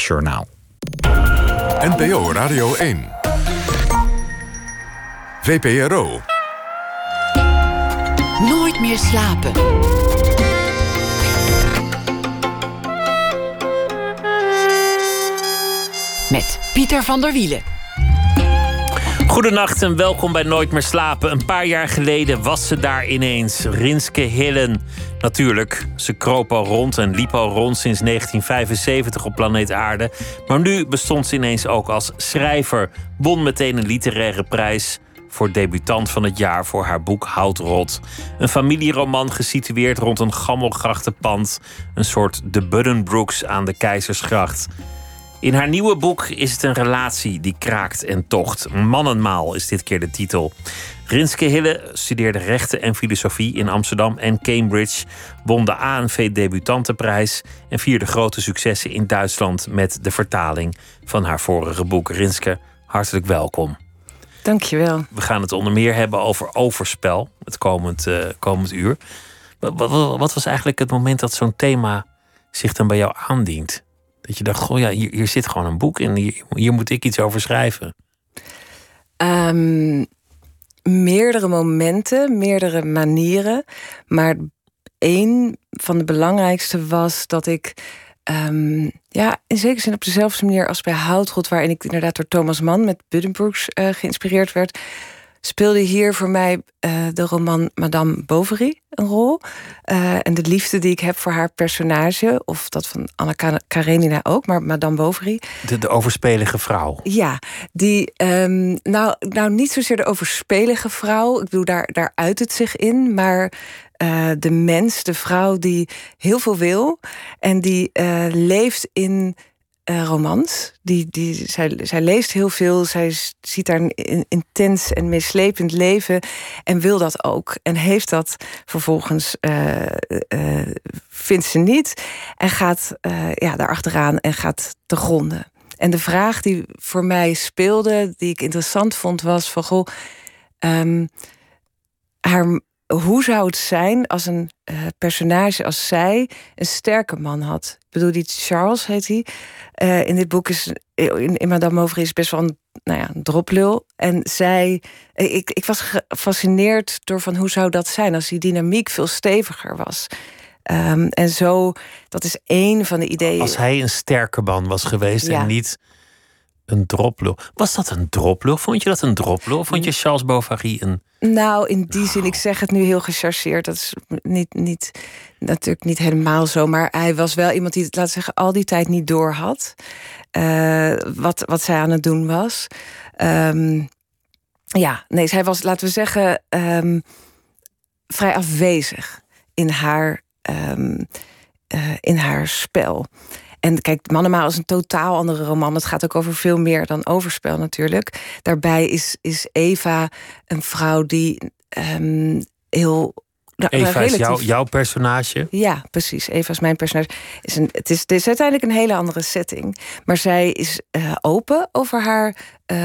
NOS-journaal. NPO Radio 1. VPRO. Nooit meer slapen. Met Pieter van der Wielen. Goedenacht en welkom bij Nooit meer slapen. Een paar jaar geleden was ze daar ineens, Rinske Hillen. Natuurlijk, ze kroop al rond en liep al rond sinds 1975 op planeet Aarde. Maar nu bestond ze ineens ook als schrijver. Won meteen een literaire prijs voor debutant van het jaar voor haar boek Houtrot. Een familieroman gesitueerd rond een gammelgrachtenpand. Een soort de Buddenbrooks aan de Keizersgracht. In haar nieuwe boek is het een relatie die kraakt en tocht. Mannenmaal is dit keer de titel. Rinske Hillen studeerde rechten en filosofie in Amsterdam en Cambridge, won de ANV-debutantenprijs en vierde grote successen in Duitsland met de vertaling van haar vorige boek. Rinske, hartelijk welkom. Dankjewel. We gaan het onder meer hebben over overspel het komend uur. Wat was eigenlijk het moment dat zo'n thema zich dan bij jou aandient? Dat je dacht, goh ja, hier zit gewoon een boek in. Hier moet ik iets over schrijven. Meerdere momenten, meerdere manieren. Maar één van de belangrijkste was dat ik in zekere zin op dezelfde manier als bij Houtrot, waarin ik inderdaad door Thomas Mann met Buddenbrooks geïnspireerd werd, speelde hier voor mij de roman Madame Bovary een rol. En de liefde die ik heb voor haar personage, of dat van Anna Karenina ook, maar Madame Bovary. De overspelige vrouw. Ja, die, nou niet zozeer de overspelige vrouw. Ik bedoel, daar uit het zich in, maar de mens, de vrouw die heel veel wil en die leeft in romans. Zij leest heel veel. Zij ziet daar een intens en meeslepend leven en wil dat ook. En heeft dat vervolgens, vindt ze niet en gaat daarachteraan en gaat te gronden. En de vraag die voor mij speelde, die ik interessant vond, was van hoe zou het zijn als een personage als zij een sterke man had? Ik bedoel, die Charles heet hij. In dit boek is, in Madame Bovary is best wel een droplul. En ik was gefascineerd door van hoe zou dat zijn als die dynamiek veel steviger was. En zo, dat is één van de ideeën. Als hij een sterke man was geweest en niet een droplul. Was dat een droplul? Vond je dat een droplul? Vond je Charles Bovary een... Nou, in die zin, ik zeg het nu heel gechargeerd. Dat is natuurlijk niet helemaal zo. Maar hij was wel iemand die het, laten we zeggen, al die tijd niet door had. Wat zij aan het doen was. Zij was, laten we zeggen, vrij afwezig in haar spel. En kijk, Mannenmaal is een totaal andere roman. Het gaat ook over veel meer dan overspel natuurlijk. Daarbij is Eva een vrouw die heel... Eva is jouw personage? Ja, precies. Eva is mijn personage. Het is uiteindelijk een hele andere setting. Maar zij is open over haar...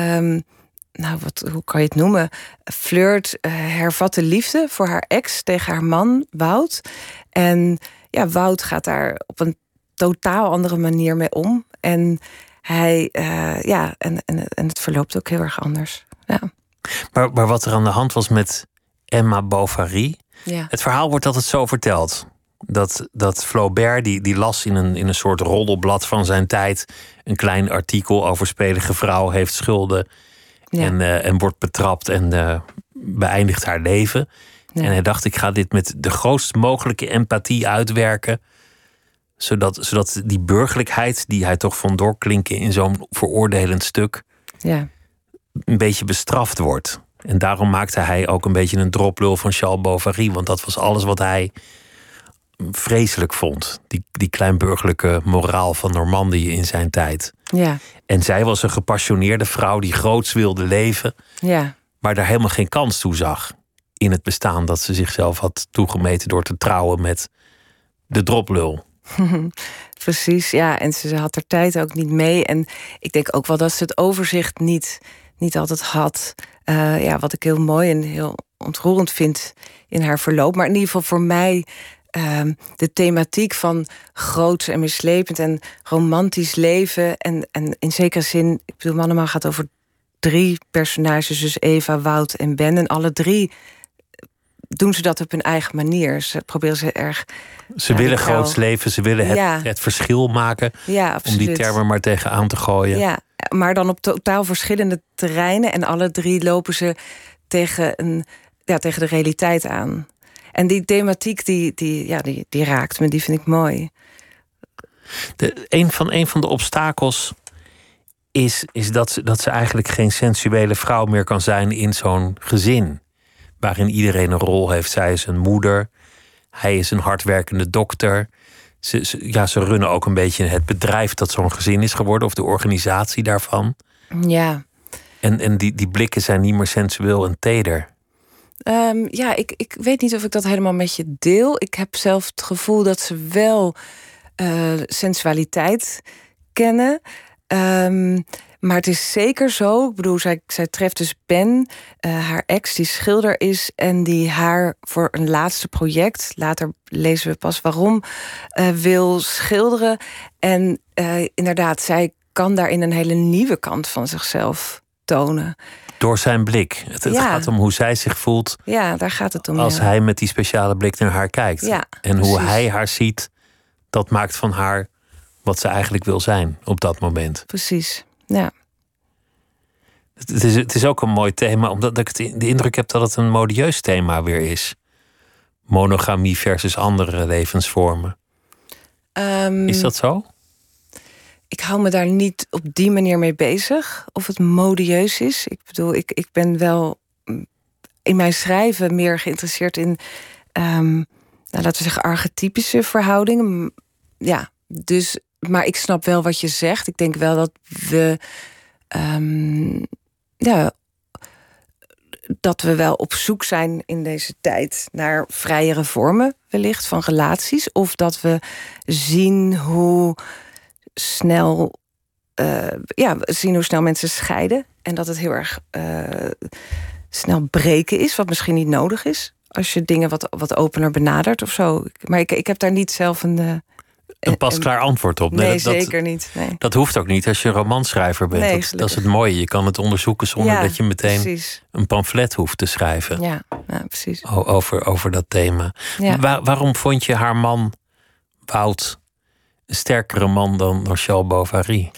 hoe kan je het noemen? Flirt, hervatte liefde voor haar ex tegen haar man, Wout. En ja, Wout gaat daar op een totaal andere manier mee om. En hij, en het verloopt ook heel erg anders. Ja. Maar wat er aan de hand was met Emma Bovary. Ja. Het verhaal wordt altijd zo verteld. Dat Flaubert, die las in een soort roddelblad van zijn tijd een klein artikel over spelige vrouw heeft schulden. Ja. En wordt betrapt en beëindigt haar leven. Ja. En hij dacht, ik ga dit met de grootst mogelijke empathie uitwerken. Zodat die burgerlijkheid die hij toch vond doorklinken in zo'n veroordelend stuk, een beetje bestraft wordt. En daarom maakte hij ook een beetje een droplul van Charles Bovary. Want dat was alles wat hij vreselijk vond. Die kleinburgerlijke moraal van Normandië in zijn tijd. Ja. En zij was een gepassioneerde vrouw die groots wilde leven. Ja. Maar daar helemaal geen kans toe zag in het bestaan dat ze zichzelf had toegemeten door te trouwen met de droplul. Precies, ja. En ze had er tijd ook niet mee. En ik denk ook wel dat ze het overzicht niet altijd had. Wat ik heel mooi en heel ontroerend vind in haar verloop. Maar in ieder geval voor mij de thematiek van groots en meeslepend en romantisch leven. En in zekere zin, ik bedoel, Manneman gaat over 3 personages, dus Eva, Wout en Ben. En alle 3 doen ze dat op hun eigen manier. Ze proberen ze erg... Ze willen groots leven, ze willen het verschil maken. Ja, om die termen maar tegenaan te gooien. Ja, maar dan op totaal verschillende terreinen. En alle 3 lopen ze tegen de realiteit aan. En die thematiek die raakt me, die vind ik mooi. Een van de obstakels is dat ze eigenlijk geen sensuele vrouw meer kan zijn in zo'n gezin. Waarin iedereen een rol heeft. Zij is een moeder, hij is een hardwerkende dokter. Ze runnen ook een beetje het bedrijf dat zo'n gezin is geworden, of de organisatie daarvan. Ja. En die blikken zijn niet meer sensueel en teder. Ik weet niet of ik dat helemaal met je deel. Ik heb zelf het gevoel dat ze wel sensualiteit kennen. Maar het is zeker zo. Ik bedoel, zij treft dus Ben, haar ex, die schilder is, en die haar voor een laatste project, later lezen we pas waarom, wil schilderen. En inderdaad, zij kan daarin een hele nieuwe kant van zichzelf tonen. Door zijn blik. Het gaat om hoe zij zich voelt. Ja, daar gaat het om. Als hij met die speciale blik naar haar kijkt. Ja, en precies. hoe hij haar ziet, dat maakt van haar wat ze eigenlijk wil zijn op dat moment. Precies, ja. Het is ook een mooi thema, omdat ik de indruk heb dat het een modieus thema weer is. Monogamie versus andere levensvormen. Is dat zo? Ik hou me daar niet op die manier mee bezig. Of het modieus is. Ik bedoel, ik ben wel in mijn schrijven meer geïnteresseerd in, laten we zeggen, archetypische verhoudingen. Ja, dus, maar ik snap wel wat je zegt. Ik denk wel dat we, dat we wel op zoek zijn in deze tijd naar vrijere vormen, wellicht, van relaties. Of dat we zien hoe snel mensen scheiden. En dat het heel erg snel breken is, wat misschien niet nodig is. Als je dingen wat opener benadert of zo. Maar ik heb daar niet zelf een pasklaar antwoord op. Nee, zeker niet. Nee. Dat hoeft ook niet als je een romanschrijver bent. Nee, dat is het mooie. Je kan het onderzoeken zonder dat je meteen precies een pamflet hoeft te schrijven. Ja, precies. Over dat thema. Ja. Waarom vond je haar man, Wout, een sterkere man dan Charles Bovary?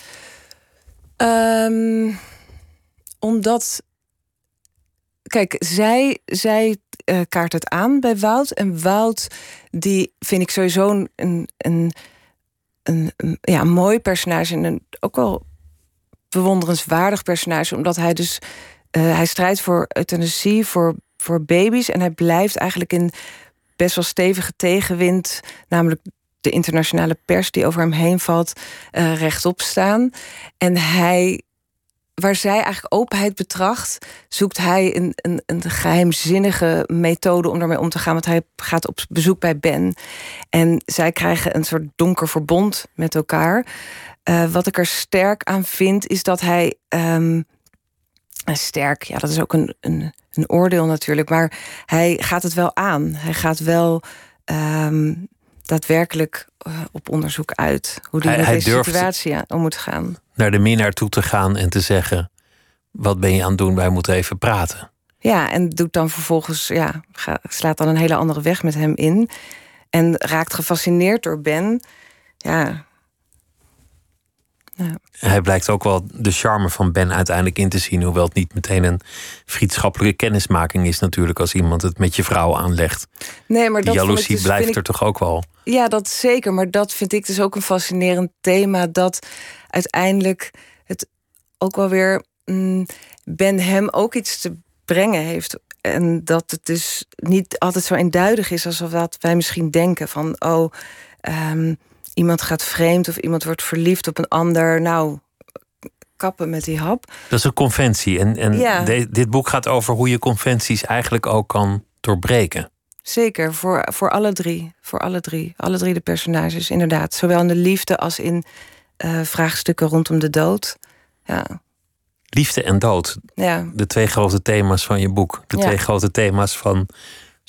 Omdat, kijk, zij kaart het aan bij Wout. En Wout, die vind ik sowieso een mooi personage. En een ook wel bewonderenswaardig personage. Omdat hij dus, hij strijdt voor euthanasie, voor baby's. En hij blijft eigenlijk in best wel stevige tegenwind, namelijk de internationale pers die over hem heen valt, rechtop staan. En waar zij eigenlijk openheid betracht, zoekt hij een geheimzinnige methode om daarmee om te gaan. Want hij gaat op bezoek bij Ben. En zij krijgen een soort donker verbond met elkaar. Wat ik er sterk aan vind, is dat hij sterk, ja, dat is ook een oordeel natuurlijk. Maar hij gaat het wel aan. Hij gaat wel daadwerkelijk op onderzoek uit hoe hij met deze situatie om moet gaan. Naar de minnaar toe te gaan en te zeggen: wat ben je aan het doen? Wij moeten even praten. Ja, en doet dan vervolgens, slaat dan een hele andere weg met hem in. En raakt gefascineerd door Ben. Ja. Hij blijkt ook wel de charme van Ben uiteindelijk in te zien. Hoewel het niet meteen een vriendschappelijke kennismaking is natuurlijk, als iemand het met je vrouw aanlegt. Nee, maar die dat jaloezie dus, blijft er toch ook wel. Ja, dat zeker. Maar dat vind ik dus ook een fascinerend thema. Dat uiteindelijk het ook wel weer Ben hem ook iets te brengen heeft. En dat het dus niet altijd zo eenduidig is als wat wij misschien denken. Van, iemand gaat vreemd of iemand wordt verliefd op een ander. Nou, kappen met die hap. Dat is een conventie. En ja. Dit boek gaat over hoe je conventies eigenlijk ook kan doorbreken. Zeker, voor alle drie. Voor alle drie. Alle drie de personages, inderdaad. Zowel in de liefde als in vraagstukken rondom de dood. Ja. Liefde en dood. Ja. De 2 grote thema's van je boek. De 2 grote thema's van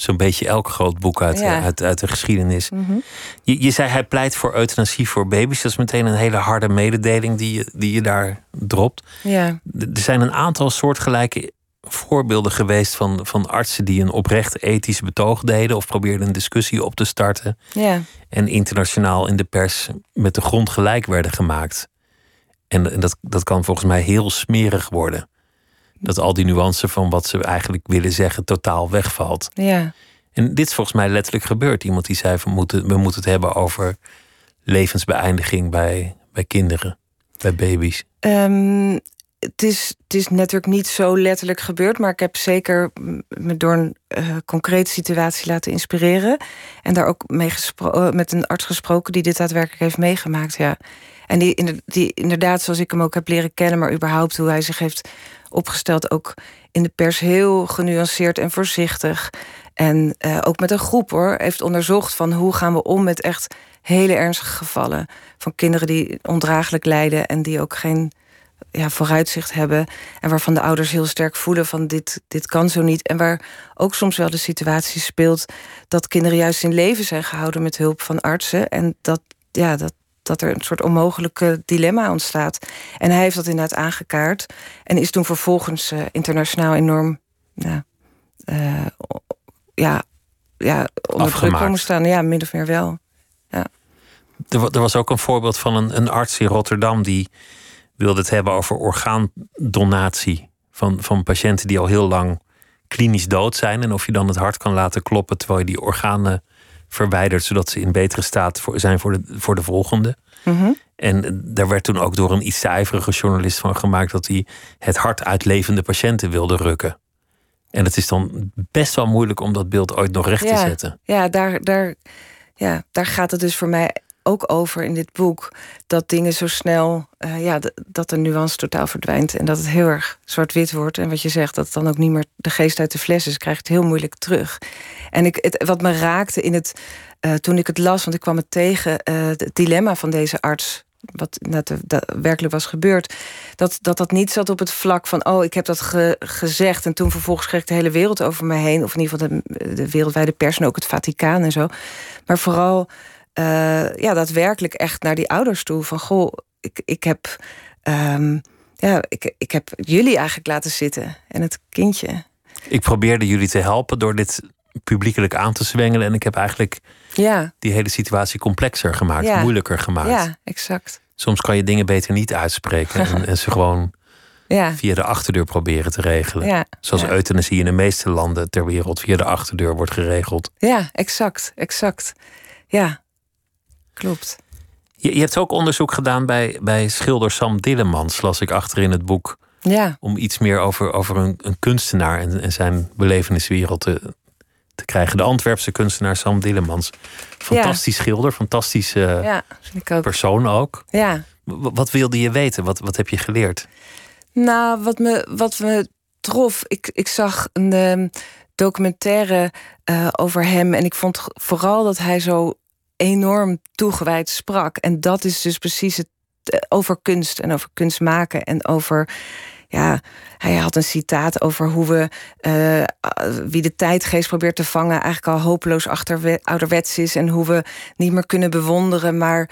zo'n beetje elk groot boek uit de geschiedenis. Mm-hmm. Je zei hij pleit voor euthanasie voor baby's. Dat is meteen een hele harde mededeling die je daar dropt. Ja. Er zijn een aantal soortgelijke voorbeelden geweest van artsen die een oprecht ethisch betoog deden of probeerden een discussie op te starten. Ja. En internationaal in de pers met de grond gelijk werden gemaakt. En dat kan volgens mij heel smerig worden. Dat al die nuance van wat ze eigenlijk willen zeggen totaal wegvalt. Ja. En dit is volgens mij letterlijk gebeurd. Iemand die zei, we moeten het hebben over levensbeëindiging bij kinderen, bij baby's. Het is natuurlijk niet zo letterlijk gebeurd, maar ik heb zeker me door een concrete situatie laten inspireren. En daar ook met een arts gesproken die dit daadwerkelijk heeft meegemaakt. Ja. En die inderdaad, zoals ik hem ook heb leren kennen, maar überhaupt hoe hij zich heeft opgesteld, ook in de pers heel genuanceerd en voorzichtig. En ook met een groep heeft onderzocht van hoe gaan we om met echt hele ernstige gevallen. Van kinderen die ondraaglijk lijden en die ook geen vooruitzicht hebben. En waarvan de ouders heel sterk voelen van dit kan zo niet. En waar ook soms wel de situatie speelt dat kinderen juist in leven zijn gehouden met hulp van artsen. En dat er een soort onmogelijke dilemma ontstaat. En hij heeft dat inderdaad aangekaart. En is toen vervolgens internationaal enorm onder druk komen staan. Ja, min of meer wel. Ja. Er was ook een voorbeeld van een arts in Rotterdam die wilde het hebben over orgaandonatie van patiënten die al heel lang klinisch dood zijn. En of je dan het hart kan laten kloppen terwijl je die organen verwijdert, zodat ze in betere staat zijn voor de volgende. Mm-hmm. En daar werd toen ook door een iets te ijverige journalist van gemaakt dat hij het hart uit levende patiënten wilde rukken. En het is dan best wel moeilijk om dat beeld ooit nog recht te zetten. Ja, daar gaat het dus voor mij ook over in dit boek. Dat dingen zo snel, dat de nuance totaal verdwijnt. En dat het heel erg zwart-wit wordt. En wat je zegt, dat het dan ook niet meer de geest uit de fles is. Krijg je het heel moeilijk terug. En wat me raakte in toen ik het las, want ik kwam het tegen, het dilemma van deze arts, wat werkelijk was gebeurd, dat niet zat op het vlak van ik heb dat gezegd en toen vervolgens kreeg ik de hele wereld over me heen, of in ieder geval de wereldwijde pers en ook het Vaticaan en zo. Maar vooral daadwerkelijk echt naar die ouders toe van ik heb jullie eigenlijk laten zitten en het kindje. Ik probeerde jullie te helpen door dit publiekelijk aan te zwengelen en ik heb eigenlijk die hele situatie complexer gemaakt, moeilijker gemaakt. Ja, exact. Soms kan je dingen beter niet uitspreken en ze gewoon via de achterdeur proberen te regelen. Ja, zoals euthanasie in de meeste landen ter wereld via de achterdeur wordt geregeld. Ja, exact. Ja, klopt. Je hebt ook onderzoek gedaan bij schilder Sam Dillemans, las ik achter in het boek. Ja. Om iets meer over een kunstenaar en zijn beleveniswereld te krijgen. De Antwerpse kunstenaar Sam Dillemans. Fantastisch schilder, fantastische persoon ook. Ja. Wat wilde je weten? Wat heb je geleerd? Nou, wat me trof, ik zag een documentaire over hem en ik vond vooral dat hij zo enorm toegewijd sprak. En dat is dus precies het over kunst en over kunst maken en over... Ja, hij had een citaat over hoe we wie de tijdgeest probeert te vangen eigenlijk al hopeloos ouderwets is en hoe we niet meer kunnen bewonderen, maar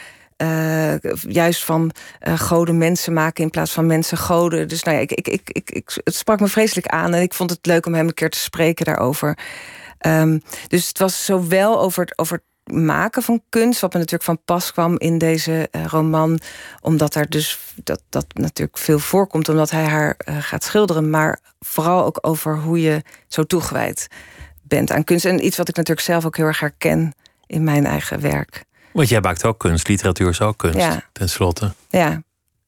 juist van goden mensen maken in plaats van mensen goden. Dus nou ja, het sprak me vreselijk aan en ik vond het leuk om hem een keer te spreken daarover. Dus het was zowel over het maken van kunst, wat me natuurlijk van pas kwam in deze roman, omdat daar dus dat natuurlijk veel voorkomt, omdat hij haar gaat schilderen, maar vooral ook over hoe je zo toegewijd bent aan kunst. En iets wat ik natuurlijk zelf ook heel erg herken in mijn eigen werk. Want jij maakt ook kunst, literatuur is ook kunst, tenslotte. Ja.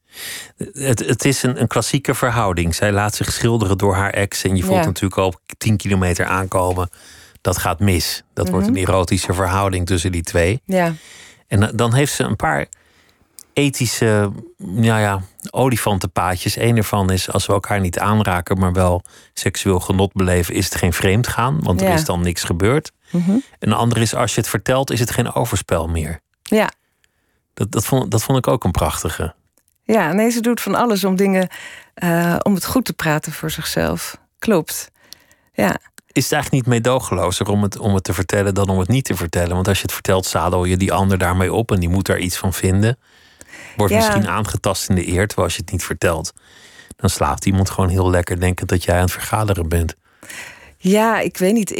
Het is een klassieke verhouding. Zij laat zich schilderen door haar ex en je voelt natuurlijk al 10 kilometer aankomen. Dat gaat mis. Dat wordt een erotische verhouding tussen die twee. Ja. En dan heeft ze een paar ethische olifantenpaadjes. Eén ervan is, als we elkaar niet aanraken, maar wel seksueel genot beleven, is het geen vreemdgaan, want er is dan niks gebeurd. En een andere is, als je het vertelt, is het geen overspel meer. Ja. Dat vond ik ook een prachtige. Ja, nee, ze doet van alles om dingen, om het goed te praten voor zichzelf. Klopt. Ja. Is het eigenlijk niet meedogenlozer om het te vertellen dan om het niet te vertellen? Want als je het vertelt, zadel je die ander daarmee op en die moet daar iets van vinden. Wordt misschien aangetast in de eer, terwijl als je het niet vertelt, dan slaapt iemand gewoon heel lekker denkend dat jij aan het vergaderen bent. Ja, ik weet niet.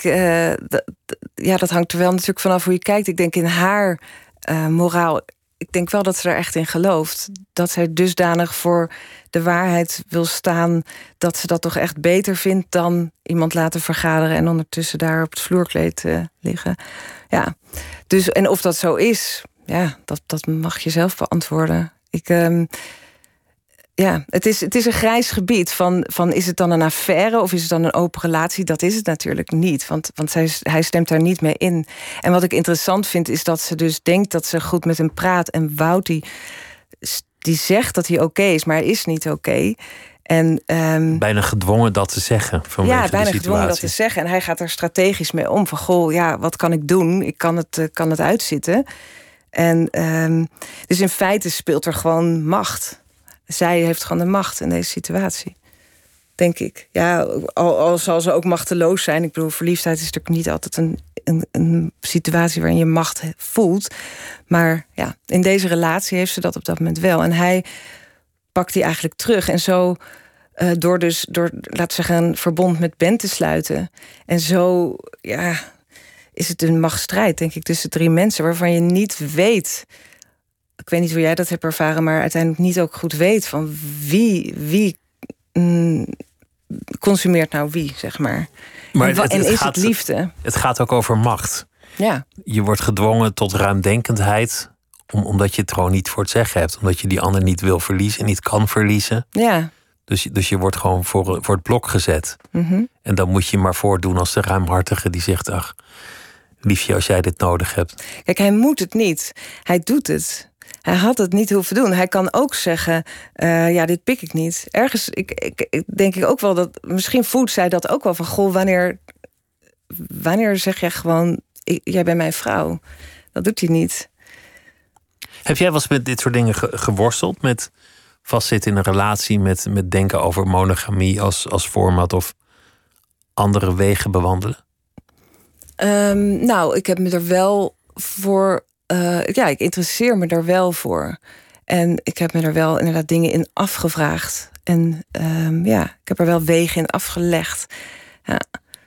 Dat hangt er wel natuurlijk vanaf hoe je kijkt. Ik denk in haar moraal, ik denk wel dat ze er echt in gelooft. Dat zij dusdanig voor de waarheid wil staan, dat ze dat toch echt beter vindt dan iemand laten vergaderen en ondertussen daar op het vloerkleed liggen. Ja, dus en of dat zo is, ja, dat mag je zelf beantwoorden. Het is een grijs gebied van is het dan een affaire of is het dan een open relatie? Dat is het natuurlijk niet, want hij stemt daar niet mee in. En wat ik interessant vind is dat ze dus denkt dat ze goed met hem praat. En Wout die zegt dat hij oké is, maar hij is niet oké. En bijna gedwongen dat te zeggen vanwege de situatie. Bijna gedwongen dat te zeggen. En hij gaat er strategisch mee om. Van goh, ja, wat kan ik doen? Ik kan het uitzitten. En dus in feite speelt er gewoon macht. Zij heeft gewoon de macht in deze situatie. Denk ik. Ja, al zal ze ook machteloos zijn. Ik bedoel, verliefdheid is natuurlijk niet altijd een situatie waarin je macht voelt. Maar ja, in deze relatie heeft ze dat op dat moment wel. En hij pakt die eigenlijk terug. En zo, door laten we zeggen, een verbond met Ben te sluiten. En zo, ja, is het een machtsstrijd, denk ik, tussen 3 mensen waarvan je niet weet. Ik weet niet hoe jij dat hebt ervaren, maar uiteindelijk niet ook goed weet van wie consumeert nou wie, zeg maar. Maar is het liefde? Het gaat ook over macht. Ja. Je wordt gedwongen tot ruimdenkendheid, omdat je het gewoon niet voor het zeggen hebt. Omdat je die ander niet wil verliezen en niet kan verliezen. Ja. Dus je wordt gewoon voor het blok gezet. Mm-hmm. En dan moet je maar voordoen als de ruimhartige die zegt, ach, liefje, als jij dit nodig hebt. Kijk, hij moet het niet. Hij doet het. Hij had het niet hoeven doen. Hij kan ook zeggen, dit pik ik niet. Ergens denk ik ook wel dat, misschien voelt zij dat ook wel van, goh, wanneer zeg jij gewoon, jij bent mijn vrouw? Dat doet hij niet. Heb jij wel eens met dit soort dingen geworsteld? Met vastzitten in een relatie, met denken over monogamie als format of andere wegen bewandelen? Ik heb me er wel voor. Ik interesseer me er wel voor. En ik heb me er wel inderdaad dingen in afgevraagd. En ik heb er wel wegen in afgelegd. Ja.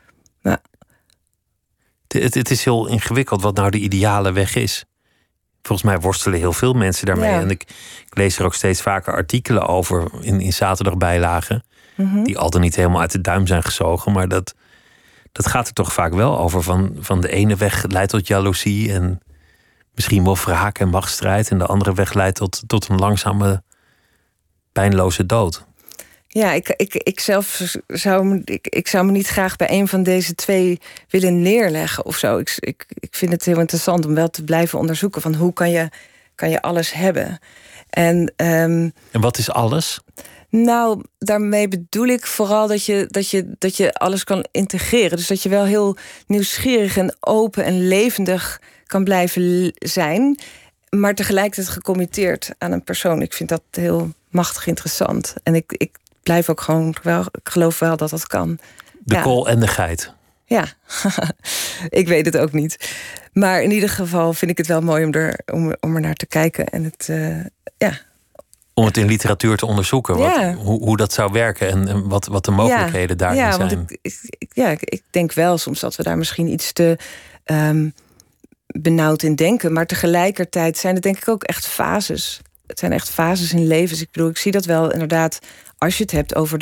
Het is heel ingewikkeld wat nou de ideale weg is. Volgens mij worstelen heel veel mensen daarmee. Ja. En ik lees er ook steeds vaker artikelen over in zaterdagbijlagen. Mm-hmm. Die altijd niet helemaal uit de duim zijn gezogen. Maar dat gaat er toch vaak wel over. Van de ene weg leidt tot jaloezie en misschien wel wraak en machtsstrijd. En de andere weg leidt tot een langzame, pijnloze dood. Ja, ik zou me niet graag bij een van deze 2 willen neerleggen of zo. Ik vind het heel interessant om wel te blijven onderzoeken van hoe kan je alles hebben. En wat is alles? Nou, daarmee bedoel ik vooral dat je alles kan integreren. Dus dat je wel heel nieuwsgierig en open en levendig kan blijven zijn, maar tegelijkertijd gecommitteerd aan een persoon. Ik vind dat heel machtig interessant. En ik blijf ook gewoon wel, ik geloof wel dat dat kan. De kool en de geit. Ja, ik weet het ook niet. Maar in ieder geval vind ik het wel mooi om er naar te kijken. En het, om het in literatuur te onderzoeken. Hoe dat zou werken en wat de mogelijkheden daarin zijn. Want ik denk wel soms dat we daar misschien iets te benauwd in denken. Maar tegelijkertijd zijn het denk ik ook echt fases. Het zijn echt fases in levens. Ik bedoel, ik zie dat wel inderdaad als je het hebt over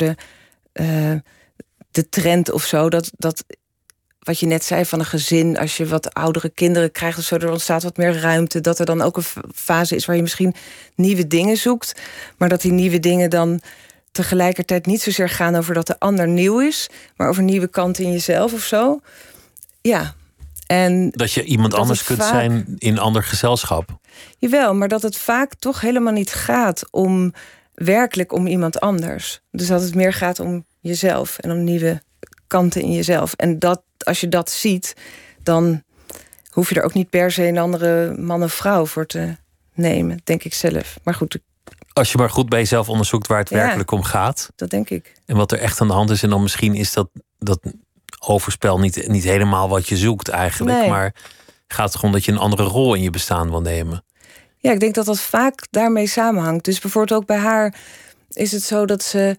de trend of zo. Dat wat je net zei van een gezin, als je wat oudere kinderen krijgt of zo, er ontstaat wat meer ruimte. Dat er dan ook een fase is waar je misschien nieuwe dingen zoekt. Maar dat die nieuwe dingen dan tegelijkertijd niet zozeer gaan over dat de ander nieuw is, maar over nieuwe kanten in jezelf of zo. Ja. En dat je iemand anders kunt zijn in ander gezelschap. Jawel, maar dat het vaak toch helemaal niet gaat om werkelijk om iemand anders. Dus dat het meer gaat om jezelf en om nieuwe kanten in jezelf. En dat, als je dat ziet, dan hoef je er ook niet per se een andere man of vrouw voor te nemen, denk ik zelf. Maar goed. Als je maar goed bij jezelf onderzoekt waar het werkelijk om gaat. Dat denk ik. En wat er echt aan de hand is. En dan misschien is dat overspel niet helemaal wat je zoekt eigenlijk. Nee. Maar gaat het gewoon dat je een andere rol in je bestaan wil nemen. Ja, ik denk dat dat vaak daarmee samenhangt. Dus bijvoorbeeld ook bij haar is het zo dat ze...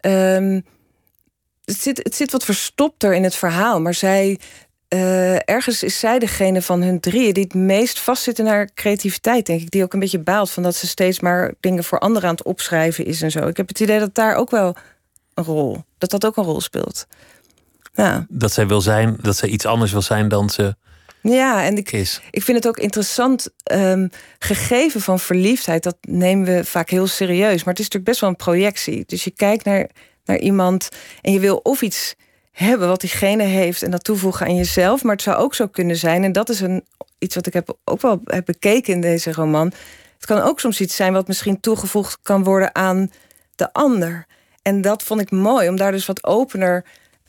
Het zit wat verstopter in het verhaal. Maar ergens is zij degene van hun drieën die het meest vastzit in haar creativiteit, denk ik. Die ook een beetje baalt van dat ze steeds maar dingen voor anderen aan het opschrijven is en zo. Ik heb het idee dat daar ook wel dat ook een rol speelt. Ja. Dat zij wil zijn, dat zij iets anders wil zijn dan ze en is. Ik vind het ook interessant, gegeven van verliefdheid, dat nemen we vaak heel serieus. Maar het is natuurlijk best wel een projectie. Dus je kijkt naar iemand en je wil of iets hebben wat diegene heeft en dat toevoegen aan jezelf. Maar het zou ook zo kunnen zijn, en dat is iets wat ik ook wel heb bekeken in deze roman. Het kan ook soms iets zijn wat misschien toegevoegd kan worden aan de ander. En dat vond ik mooi, om daar dus wat opener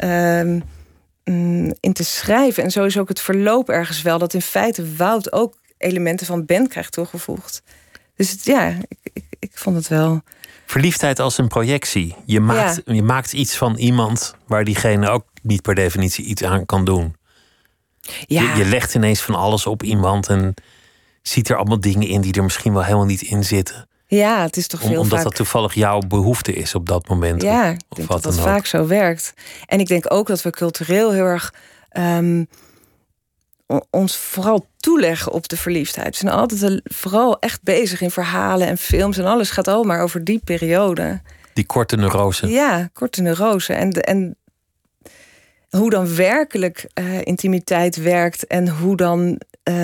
in te schrijven. En zo is ook het verloop ergens wel, dat in feite Wout ook elementen van Ben krijgt toegevoegd. Dus ik vond het wel... Verliefdheid als een projectie. Je maakt iets van iemand waar diegene ook niet per definitie iets aan kan doen. Ja. Je legt ineens van alles op iemand en ziet er allemaal dingen in die er misschien wel helemaal niet in zitten. Ja, het is toch veel omdat vaak... dat toevallig jouw behoefte is op dat moment. Ja, ik denk dat dat vaak zo werkt. En ik denk ook dat we cultureel heel erg ons vooral toeleggen op de verliefdheid. We zijn altijd vooral echt bezig in verhalen en films en alles gaat al maar over die periode. Die korte neurose. Ja, korte neurose. En hoe dan werkelijk intimiteit werkt en hoe dan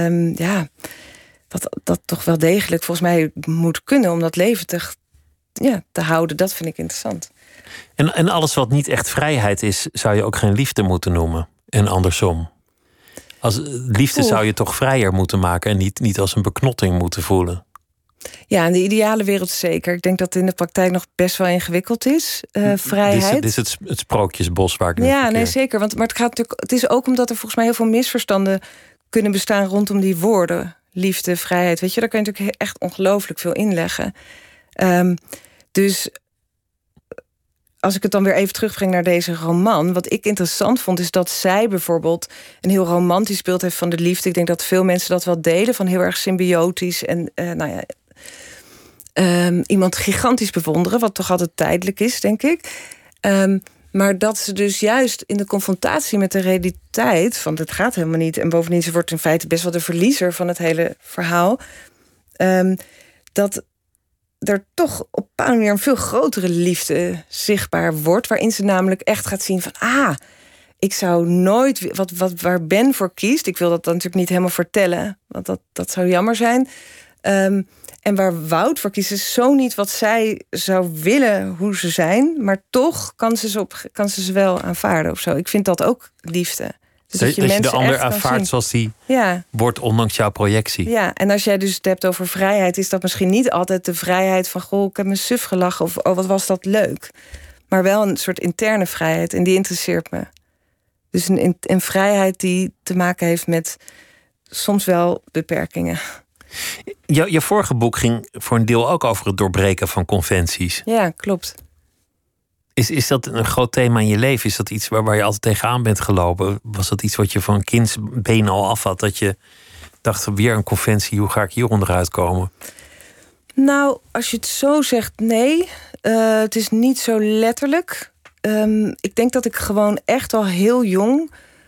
dat toch wel degelijk volgens mij moet kunnen om dat leven te houden. Dat vind ik interessant. En alles wat niet echt vrijheid is, zou je ook geen liefde moeten noemen. En andersom. Als liefde zou je toch vrijer moeten maken en niet als een beknotting moeten voelen. Ja, in de ideale wereld zeker. Ik denk dat het in de praktijk nog best wel ingewikkeld is. Vrijheid. Dit is het sprookjesbos waar ik nu Ja, nee, zeker. Maar het is ook omdat er volgens mij heel veel misverstanden kunnen bestaan rondom die woorden. Liefde, vrijheid. Weet je, daar kan je natuurlijk echt ongelooflijk veel inleggen. Dus als ik het dan weer even terugbreng naar deze roman, wat ik interessant vond, is dat zij bijvoorbeeld een heel romantisch beeld heeft van de liefde. Ik denk dat veel mensen dat wel delen, van heel erg symbiotisch en iemand gigantisch bewonderen, wat toch altijd tijdelijk is, denk ik. Maar dat ze dus juist in de confrontatie met de realiteit van het gaat helemaal niet, en bovendien ze wordt in feite best wel de verliezer van het hele verhaal, dat er toch op een bepaalde manier een veel grotere liefde zichtbaar wordt, waarin ze namelijk echt gaat zien van ik zou nooit waar Ben voor kiest. Ik wil dat dan natuurlijk niet helemaal vertellen, want dat zou jammer zijn. En waar Wout voor kiest, is zo niet wat zij zou willen hoe ze zijn, maar toch kan ze ze wel aanvaarden of zo. Ik vind dat ook liefde. Dus dat je de ander aanvaardt zoals die wordt, ondanks jouw projectie. Ja, en als jij dus het hebt over vrijheid, is dat misschien niet altijd de vrijheid van goh, ik heb me suf gelachen of oh, wat was dat leuk. Maar wel een soort interne vrijheid en die interesseert me. Dus een vrijheid die te maken heeft met soms wel beperkingen. Je vorige boek ging voor een deel ook over het doorbreken van conventies. Ja, klopt. Is dat een groot thema in je leven? Is dat iets waar je altijd tegenaan bent gelopen? Was dat iets wat je van kindsbeen al af had? Dat je dacht, weer een conventie, hoe ga ik hier onderuit komen? Nou, als je het zo zegt, nee. Het is niet zo letterlijk. Ik denk dat ik gewoon echt al heel jong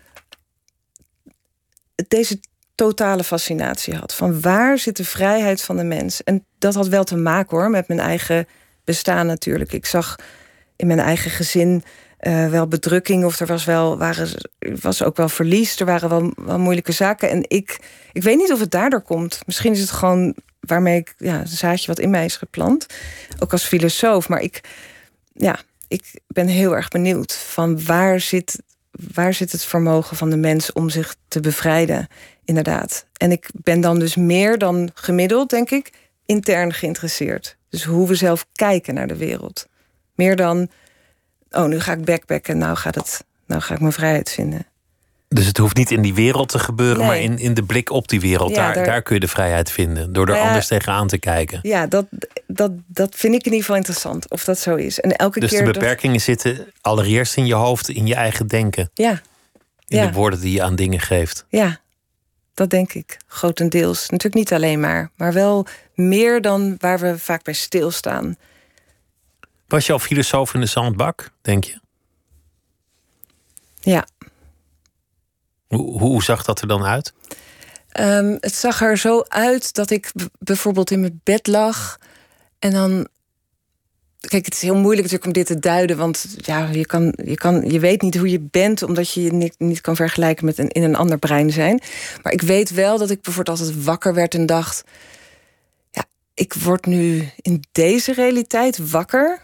deze totale fascinatie had. Van waar zit de vrijheid van de mens? En dat had wel te maken hoor, met mijn eigen bestaan natuurlijk. Ik zag in mijn eigen gezin wel bedrukking, of was ook wel verlies. Er waren wel moeilijke zaken. En ik weet niet of het daardoor komt. Misschien is het gewoon waarmee ik een zaadje wat in mij is geplant. Ook als filosoof. Maar ik ben heel erg benieuwd van waar zit het vermogen van de mens om zich te bevrijden, inderdaad. En ik ben dan dus meer dan gemiddeld, denk ik, intern geïnteresseerd. Dus hoe we zelf kijken naar de wereld. Meer dan, nu ga ik backpacken, nou ga ik mijn vrijheid vinden. Dus het hoeft niet in die wereld te gebeuren, nee. Maar in de blik op die wereld. Ja, daar kun je de vrijheid vinden, door er anders tegenaan te kijken. Ja, dat vind ik in ieder geval interessant, of dat zo is. En elke dus keer de beperkingen zitten allereerst in je hoofd, in je eigen denken. Ja, In de woorden die je aan dingen geeft. Ja, dat denk ik. Grotendeels. Natuurlijk niet alleen maar wel meer dan waar we vaak bij stilstaan. Was je al filosoof in de zandbak, denk je? Ja. Hoe zag dat er dan uit? Het zag er zo uit dat ik bijvoorbeeld in mijn bed lag. En dan... Kijk, het is heel moeilijk natuurlijk om dit te duiden. Want ja, je weet niet hoe je bent, omdat je je niet kan vergelijken met in een ander brein zijn. Maar ik weet wel dat ik bijvoorbeeld altijd wakker werd en dacht... Ja, ik word nu in deze realiteit wakker.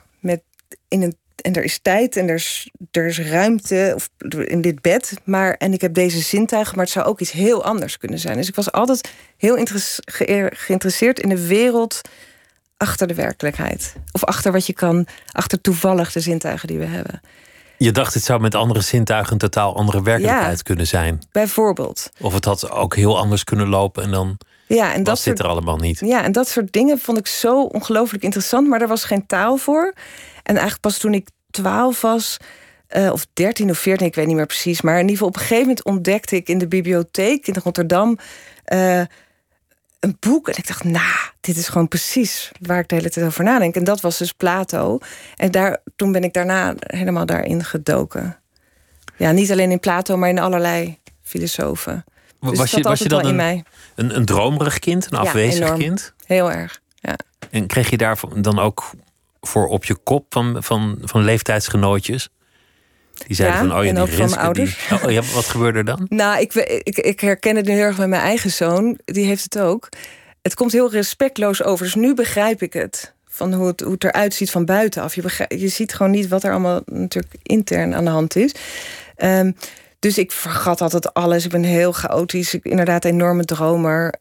En er is tijd en er is ruimte in dit bed. En ik heb deze zintuigen, maar het zou ook iets heel anders kunnen zijn. Dus ik was altijd heel geïnteresseerd in de wereld achter de werkelijkheid. Of achter wat je kan, achter toevallig de zintuigen die we hebben. Je dacht, het zou met andere zintuigen een totaal andere werkelijkheid kunnen zijn. Bijvoorbeeld. Of het had ook heel anders kunnen lopen en dan was dit er allemaal niet. Ja, en dat soort dingen vond ik zo ongelooflijk interessant, maar er was geen taal voor. En eigenlijk pas toen ik 12 was, of 13 of 14, ik weet niet meer precies, maar in ieder geval op een gegeven moment ontdekte ik in de bibliotheek in Rotterdam een boek. En ik dacht, dit is gewoon precies waar ik de hele tijd over nadenk. En dat was dus Plato. En toen ben ik daarna helemaal daarin gedoken. Ja, niet alleen in Plato, maar in allerlei filosofen. Dus was je dan in mij. Een dromerig kind, een afwezig enorm. kind? Heel erg, ja. En kreeg je daar dan ook voor op je kop van leeftijdsgenootjes? Die zeiden van, oh ja, die Renske, van ouders. Wat gebeurde er dan? Nou, ik herken het nu heel erg met mijn eigen zoon. Die heeft het ook. Het komt heel respectloos over. Dus nu begrijp ik het. Van hoe het eruit ziet van buitenaf. Je ziet gewoon niet wat er allemaal natuurlijk intern aan de hand is. Dus ik vergat altijd alles. Ik ben heel chaotisch. Inderdaad, een enorme dromer.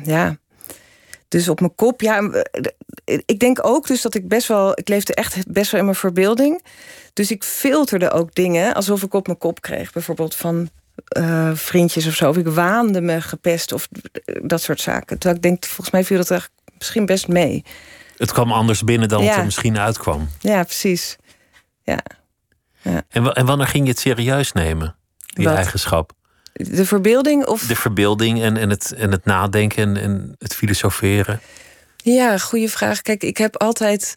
Dus op mijn kop. Ja, ik denk ook dus dat ik leefde echt best wel in mijn verbeelding. Dus ik filterde ook dingen alsof ik op mijn kop kreeg. Bijvoorbeeld van vriendjes of zo. Of ik waande me gepest of dat soort zaken. Terwijl ik denk, volgens mij viel dat er misschien best mee. Het kwam anders binnen dan het er misschien uitkwam. Ja, precies. Ja. En wanneer ging je het serieus nemen? Die eigenschap? De verbeelding? Of... De verbeelding en het nadenken en het filosoferen. Ja, goede vraag. Kijk, ik heb altijd...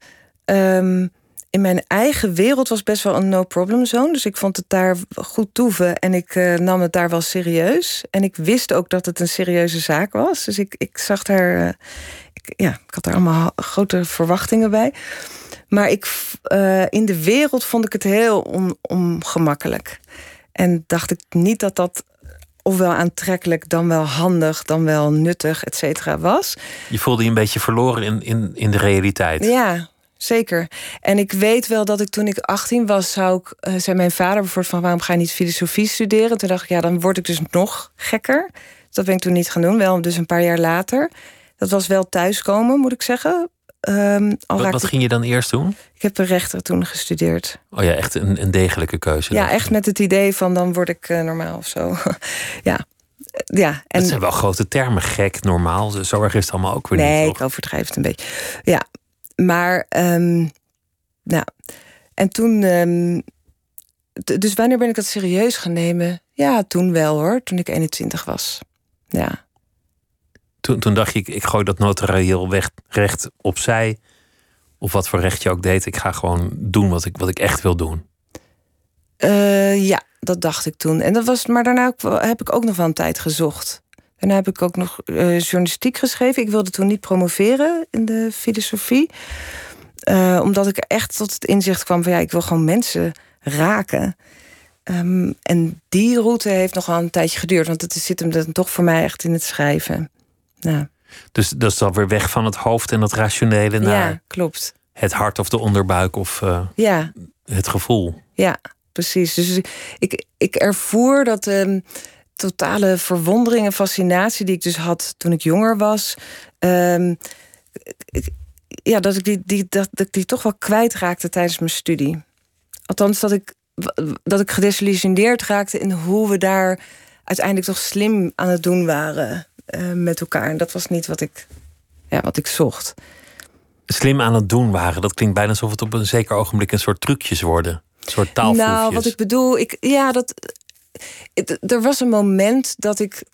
in mijn eigen wereld was best wel een no-problem zone. Dus ik vond het daar goed toeven. En ik nam het daar wel serieus. En ik wist ook dat het een serieuze zaak was. Dus ik zag daar... ik had daar allemaal grote verwachtingen bij. Maar in de wereld vond ik het heel ongemakkelijk. En dacht ik niet dat ofwel aantrekkelijk, dan wel handig, dan wel nuttig, et cetera was. Je voelde je een beetje verloren in de realiteit. Ja, zeker. En ik weet wel dat toen ik 18 was, zei mijn vader bijvoorbeeld van, waarom ga je niet filosofie studeren? Toen dacht ik, dan word ik dus nog gekker. Dat ben ik toen niet gaan doen, wel dus een paar jaar later. Dat was wel thuiskomen, moet ik zeggen. Wat ging je dan eerst doen? Ik heb rechten toen gestudeerd. Oh ja, echt een degelijke keuze. Ja, echt met het idee van, dan word ik normaal of zo. Ja. En dat zijn wel grote termen, gek, normaal. Zo erg is het allemaal ook weer niet. Nee, ik overdrijf het een beetje. Ja, maar... En toen... dus wanneer ben ik dat serieus gaan nemen? Ja, toen wel hoor, toen ik 21 was. Ja. Toen dacht je, ik gooi dat notarieel recht opzij. Of wat voor recht je ook deed. Ik ga gewoon doen wat ik echt wil doen. Ja, dat dacht ik toen. En dat was, maar daarna heb ik ook nog wel een tijd gezocht. Daarna heb ik ook nog journalistiek geschreven. Ik wilde toen niet promoveren in de filosofie. Omdat ik echt tot het inzicht kwam van, ik wil gewoon mensen raken. En die route heeft nog wel een tijdje geduurd. Want het zit hem dan toch voor mij echt in het schrijven. Ja. Dus dat is dan weer weg van het hoofd en het rationele naar klopt. Het hart of de onderbuik of het gevoel. Ja, precies. Dus ik ervoer dat totale verwondering en fascinatie die ik dus had toen ik jonger was. Dat ik die toch wel kwijtraakte tijdens mijn studie. Althans, dat ik gedesillusioneerd raakte in hoe we daar uiteindelijk toch slim aan het doen waren met elkaar. En dat was niet wat ik zocht. Slim aan het doen waren, dat klinkt bijna alsof het op een zeker ogenblik een soort trucjes worden. Een soort taalfoefjes. Nou, wat ik bedoel, er was een moment dat ik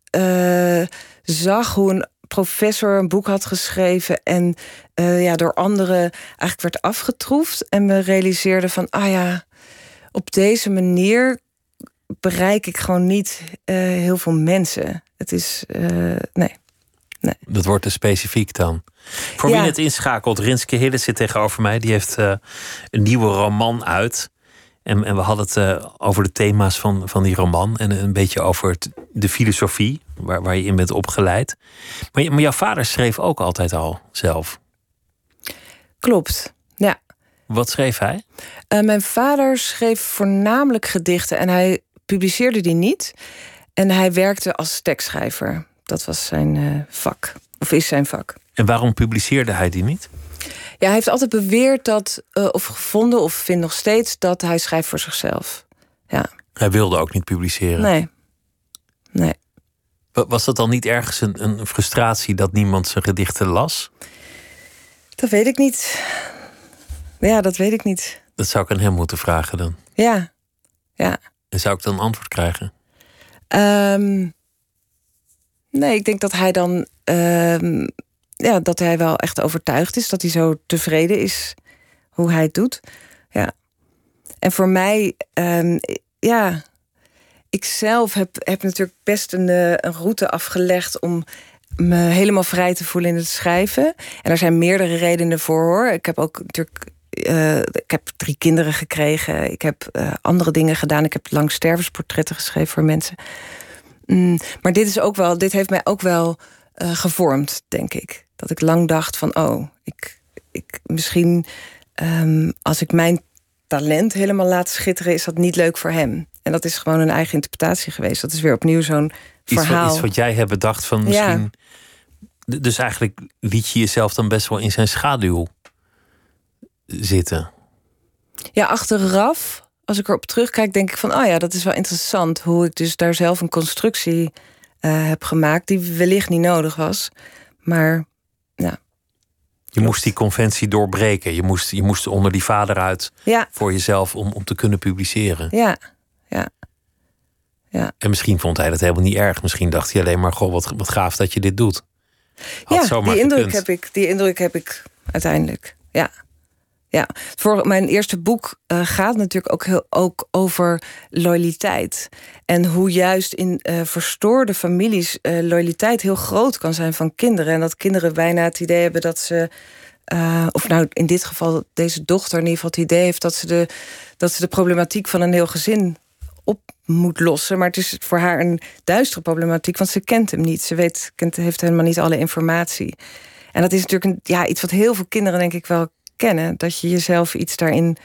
zag hoe een professor een boek had geschreven en door anderen eigenlijk werd afgetroefd. En me realiseerde van, op deze manier bereik ik gewoon niet heel veel mensen. Het is, nee. Dat wordt te specifiek dan. Voor wie het inschakelt, Rinske Hille zit tegenover mij. Die heeft een nieuwe roman uit. En we hadden het over de thema's van die roman. En een beetje over de filosofie waar je in bent opgeleid. Maar jouw vader schreef ook altijd al zelf. Klopt, ja. Wat schreef hij? Mijn vader schreef voornamelijk gedichten. En hij publiceerde die niet. En hij werkte als tekstschrijver. Dat was zijn vak. Of is zijn vak. En waarom publiceerde hij die niet? Ja, hij heeft altijd beweerd dat, of gevonden, of vindt nog steeds, dat hij schrijft voor zichzelf. Ja. Hij wilde ook niet publiceren? Nee. Was dat dan niet ergens een frustratie dat niemand zijn gedichten las? Dat weet ik niet. Ja, dat weet ik niet. Dat zou ik aan hem moeten vragen dan. Ja. En zou ik dan een antwoord krijgen? Nee, ik denk dat hij dan... dat hij wel echt overtuigd is. Dat hij zo tevreden is hoe hij het doet. Ja. En voor mij... ik zelf heb natuurlijk best een route afgelegd om me helemaal vrij te voelen in het schrijven. En er zijn meerdere redenen voor, hoor. Ik heb ook natuurlijk... ik heb 3 kinderen gekregen. Ik heb andere dingen gedaan. Ik heb langstervensportretten geschreven voor mensen. Maar dit heeft mij ook wel gevormd, denk ik. Dat ik lang dacht van, ik misschien als ik mijn talent helemaal laat schitteren, is dat niet leuk voor hem. En dat is gewoon een eigen interpretatie geweest. Dat is weer opnieuw zo'n verhaal. Iets wat jij hebt bedacht van misschien... Ja. Dus eigenlijk liet je jezelf dan best wel in zijn schaduw zitten. Ja, achteraf, als ik erop terugkijk, denk ik van, dat is wel interessant hoe ik dus daar zelf een constructie heb gemaakt die wellicht niet nodig was. Maar, ja. Je moest die conventie doorbreken. Je moest onder die vader uit voor jezelf om te kunnen publiceren. Ja. En misschien vond hij dat helemaal niet erg. Misschien dacht hij alleen maar, goh, wat gaaf dat je dit doet. Die indruk heb ik uiteindelijk. Ja. Voor mijn eerste boek gaat natuurlijk ook over loyaliteit. En hoe juist in verstoorde families loyaliteit heel groot kan zijn van kinderen. En dat kinderen bijna het idee hebben dat ze... in dit geval deze dochter in ieder geval het idee heeft dat ze de problematiek van een heel gezin op moet lossen. Maar het is voor haar een duistere problematiek, want ze kent hem niet. Heeft helemaal niet alle informatie. En dat is natuurlijk iets wat heel veel kinderen denk ik wel kennen. Dat je jezelf iets daarin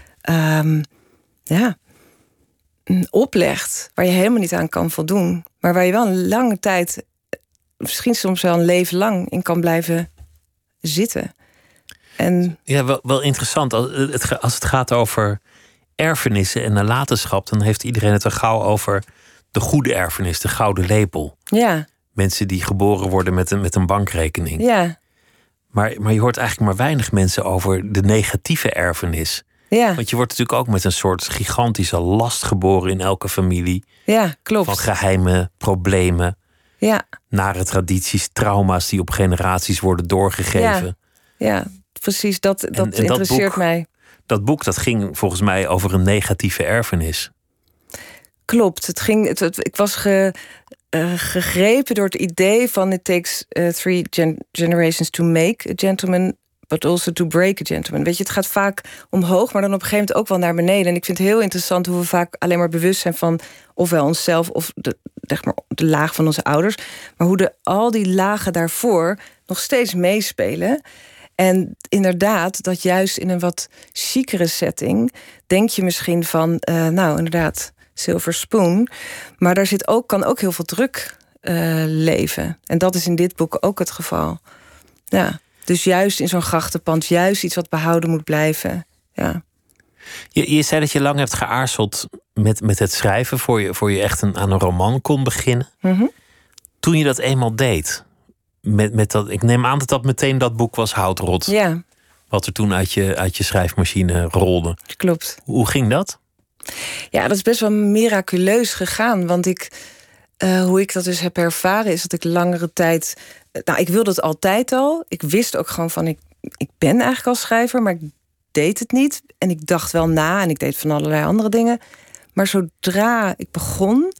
oplegt waar je helemaal niet aan kan voldoen. Maar waar je wel een lange tijd, misschien soms wel een leven lang in kan blijven zitten. En... Ja, wel interessant. Als het gaat over erfenissen en nalatenschap, dan heeft iedereen het er gauw over de goede erfenis, de gouden lepel. Ja. Mensen die geboren worden met een bankrekening. Ja. Maar je hoort eigenlijk maar weinig mensen over de negatieve erfenis. Ja. Want je wordt natuurlijk ook met een soort gigantische last geboren in elke familie. Ja, klopt. Van geheime problemen. Ja. Nare tradities, trauma's die op generaties worden doorgegeven. Ja, precies. Dat interesseert mij. Dat boek dat ging volgens mij over een negatieve erfenis. Klopt. Ik was gegrepen door het idee van it takes 3 generations to make a gentleman, but also to break a gentleman. Weet je, het gaat vaak omhoog, maar dan op een gegeven moment ook wel naar beneden. En ik vind het heel interessant hoe we vaak alleen maar bewust zijn van ofwel onszelf of de laag van onze ouders, maar hoe al die lagen daarvoor nog steeds meespelen. En inderdaad, dat juist in een wat chicere setting denk je misschien van, inderdaad, silver spoon. Maar daar kan ook heel veel druk leven. En dat is in dit boek ook het geval. Ja, dus juist in zo'n grachtenpand, juist iets wat behouden moet blijven. Ja. Je zei dat je lang hebt geaarzeld met het schrijven voor je echt aan een roman kon beginnen. Mm-hmm. Toen je dat eenmaal deed, met dat, ik neem aan dat meteen dat boek was, Houtrot. Ja. Wat er toen uit je schrijfmachine rolde. Klopt. Hoe ging dat? Ja, dat is best wel miraculeus gegaan. Want hoe ik dat dus heb ervaren is dat ik langere tijd... ik wilde het altijd al. Ik wist ook gewoon van, ik ben eigenlijk al schrijver, maar ik deed het niet. En ik dacht wel na en ik deed van allerlei andere dingen. Maar zodra ik begon,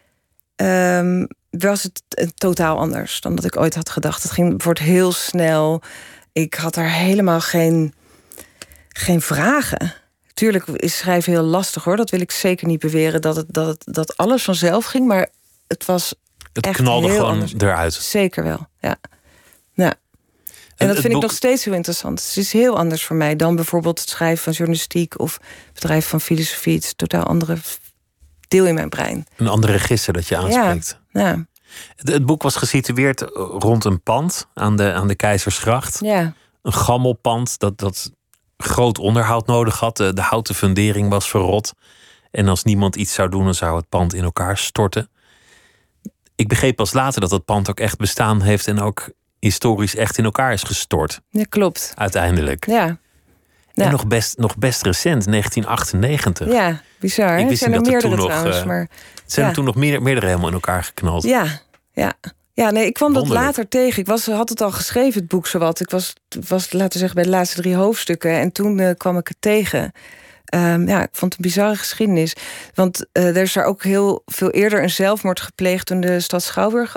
was het totaal anders dan dat ik ooit had gedacht. Het wordt heel snel. Ik had daar helemaal geen vragen. Tuurlijk is schrijven heel lastig, hoor. Dat wil ik zeker niet beweren, dat alles vanzelf ging. Maar het was het knalde heel gewoon anders. eruit. Zeker wel, ja. En dat vind ik nog steeds heel interessant. Het is heel anders voor mij dan bijvoorbeeld het schrijven van journalistiek of het bedrijven van filosofie. Het is een totaal andere deel in mijn brein. Een ander register dat je aanspreekt. Ja. Het boek was gesitueerd rond een pand aan de Keizersgracht. Ja. Een gammelpand dat groot onderhoud nodig had. De houten fundering was verrot. En als niemand iets zou doen, dan zou het pand in elkaar storten. Ik begreep pas later dat het pand ook echt bestaan heeft en ook historisch echt in elkaar is gestort. Ja, klopt. Uiteindelijk. Ja. En nog best recent, 1998. Ja, bizar. Ik wist zijn niet er dat er meerdere toen nog... trouwens, maar... zijn er toen nog meerdere helemaal in elkaar geknald. Ja, nee, ik kwam dat Wonderlijk. later tegen. Ik had het al geschreven, het boek zowat. Ik was, laten we zeggen, bij de laatste 3 hoofdstukken. En toen kwam ik het tegen. Ik vond het een bizarre geschiedenis. Want er is daar ook heel veel eerder een zelfmoord gepleegd toen de stad Schouwburg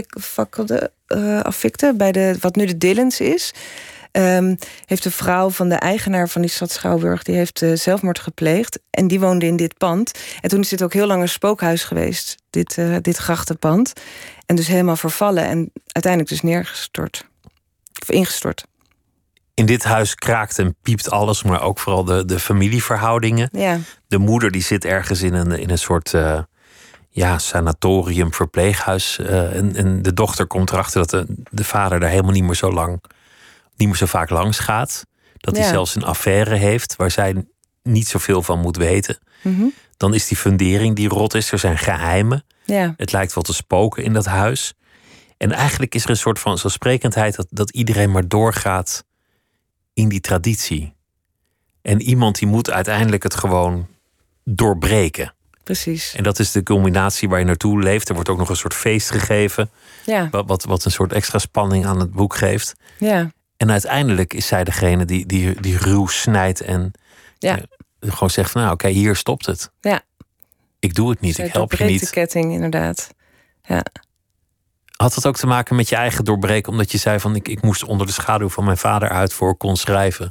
afvikte bij wat nu de Dillens is. Heeft de vrouw van de eigenaar van die stad Schouwburg, die heeft zelfmoord gepleegd. En die woonde in dit pand. En toen is dit ook heel lang een spookhuis geweest, dit grachtenpand. En dus helemaal vervallen en uiteindelijk dus neergestort. Of ingestort. In dit huis kraakt en piept alles, maar ook vooral de familieverhoudingen. Ja. De moeder die zit ergens in een soort sanatorium, verpleeghuis. En de dochter komt erachter dat de vader daar helemaal niet meer zo vaak langs gaat. Dat hij zelfs een affaire heeft waar zij niet zoveel van moet weten. Mm-hmm. Dan is die fundering die rot is. Er zijn geheimen. Ja. Het lijkt wel te spoken in dat huis. En eigenlijk is er een soort van zelfsprekendheid dat iedereen maar doorgaat in die traditie. En iemand die moet uiteindelijk het gewoon doorbreken. Precies. En dat is de culminatie waar je naartoe leeft. Er wordt ook nog een soort feest gegeven. Ja. Wat een soort extra spanning aan het boek geeft. Ja. En uiteindelijk is zij degene die ruw snijdt en gewoon zegt van oké, hier stopt het. Ja. Ik doe het niet, ik help je niet. De ketting, inderdaad. Ja. Had dat ook te maken met je eigen doorbreken? Omdat je zei van ik moest onder de schaduw van mijn vader uit voor ik kon schrijven.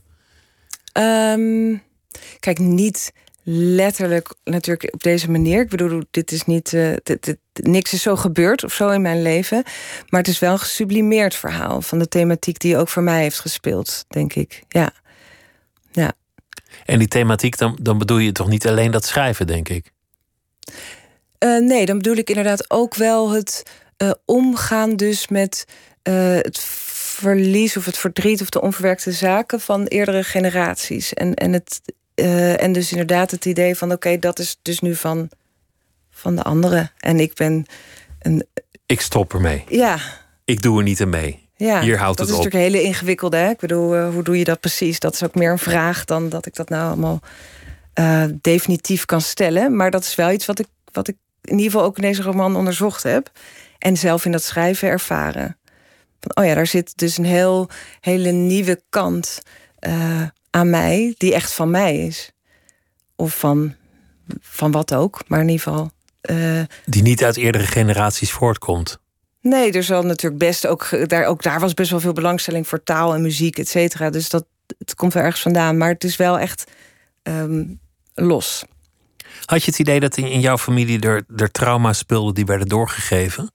Kijk, niet letterlijk natuurlijk op deze manier. Ik bedoel, dit is niet... niks is zo gebeurd of zo in mijn leven. Maar het is wel een gesublimeerd verhaal van de thematiek die ook voor mij heeft gespeeld, denk ik. Ja. En die thematiek, dan bedoel je toch niet alleen dat schrijven, denk ik? Nee, dan bedoel ik inderdaad ook wel het omgaan dus met het verlies of het verdriet of de onverwerkte zaken van eerdere generaties. En dus inderdaad het idee van oké, dat is dus nu van de anderen. En ik ben ik stop ermee. Ja. Ik doe er niet aan mee. Ja, hier houdt dat het is op. natuurlijk een hele ingewikkelde. Hè? Ik bedoel, hoe doe je dat precies? Dat is ook meer een vraag dan dat ik dat nou allemaal definitief kan stellen. Maar dat is wel iets wat ik in ieder geval ook in deze roman onderzocht heb. En zelf in dat schrijven ervaren. Van, daar zit dus een hele nieuwe kant aan mij, die echt van mij is. Of van wat ook, maar in ieder geval... die niet uit eerdere generaties voortkomt. Nee, er zal natuurlijk best ook daar was best wel veel belangstelling voor taal en muziek, et cetera. Dus het komt wel ergens vandaan. Maar het is wel echt los. Had je het idee dat in jouw familie er trauma's speelden die werden doorgegeven?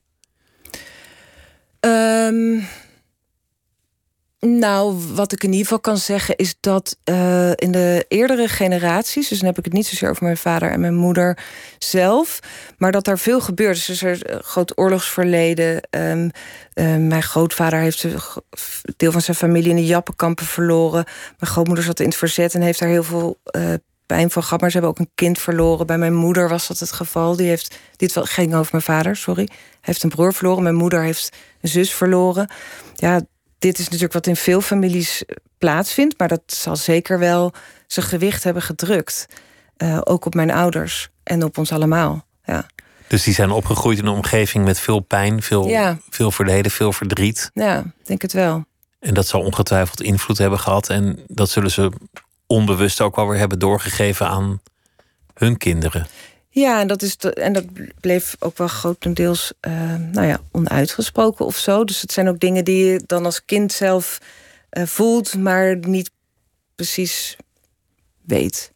Nou, wat ik in ieder geval kan zeggen is dat in de eerdere generaties, dus dan heb ik het niet zozeer over mijn vader en mijn moeder zelf, maar dat daar veel gebeurt. Dus er is een groot oorlogsverleden. Mijn grootvader heeft een deel van zijn familie in de Jappenkampen verloren. Mijn grootmoeder zat in het verzet en heeft daar heel veel pijn van gehad. Maar ze hebben ook een kind verloren. Bij mijn moeder was dat het geval. Dit ging over mijn vader, sorry. Hij heeft een broer verloren. Mijn moeder heeft een zus verloren. Ja, dit is natuurlijk wat in veel families plaatsvindt, maar dat zal zeker wel zijn gewicht hebben gedrukt. Ook op mijn ouders en op ons allemaal. Ja. Dus die zijn opgegroeid in een omgeving met veel pijn, veel verleden, veel verdriet. Ja, ik denk het wel. En dat zal ongetwijfeld invloed hebben gehad. En dat zullen ze onbewust ook wel weer hebben doorgegeven aan hun kinderen. Ja, en dat bleef ook wel grotendeels onuitgesproken of zo. Dus het zijn ook dingen die je dan als kind zelf voelt, maar niet precies weet.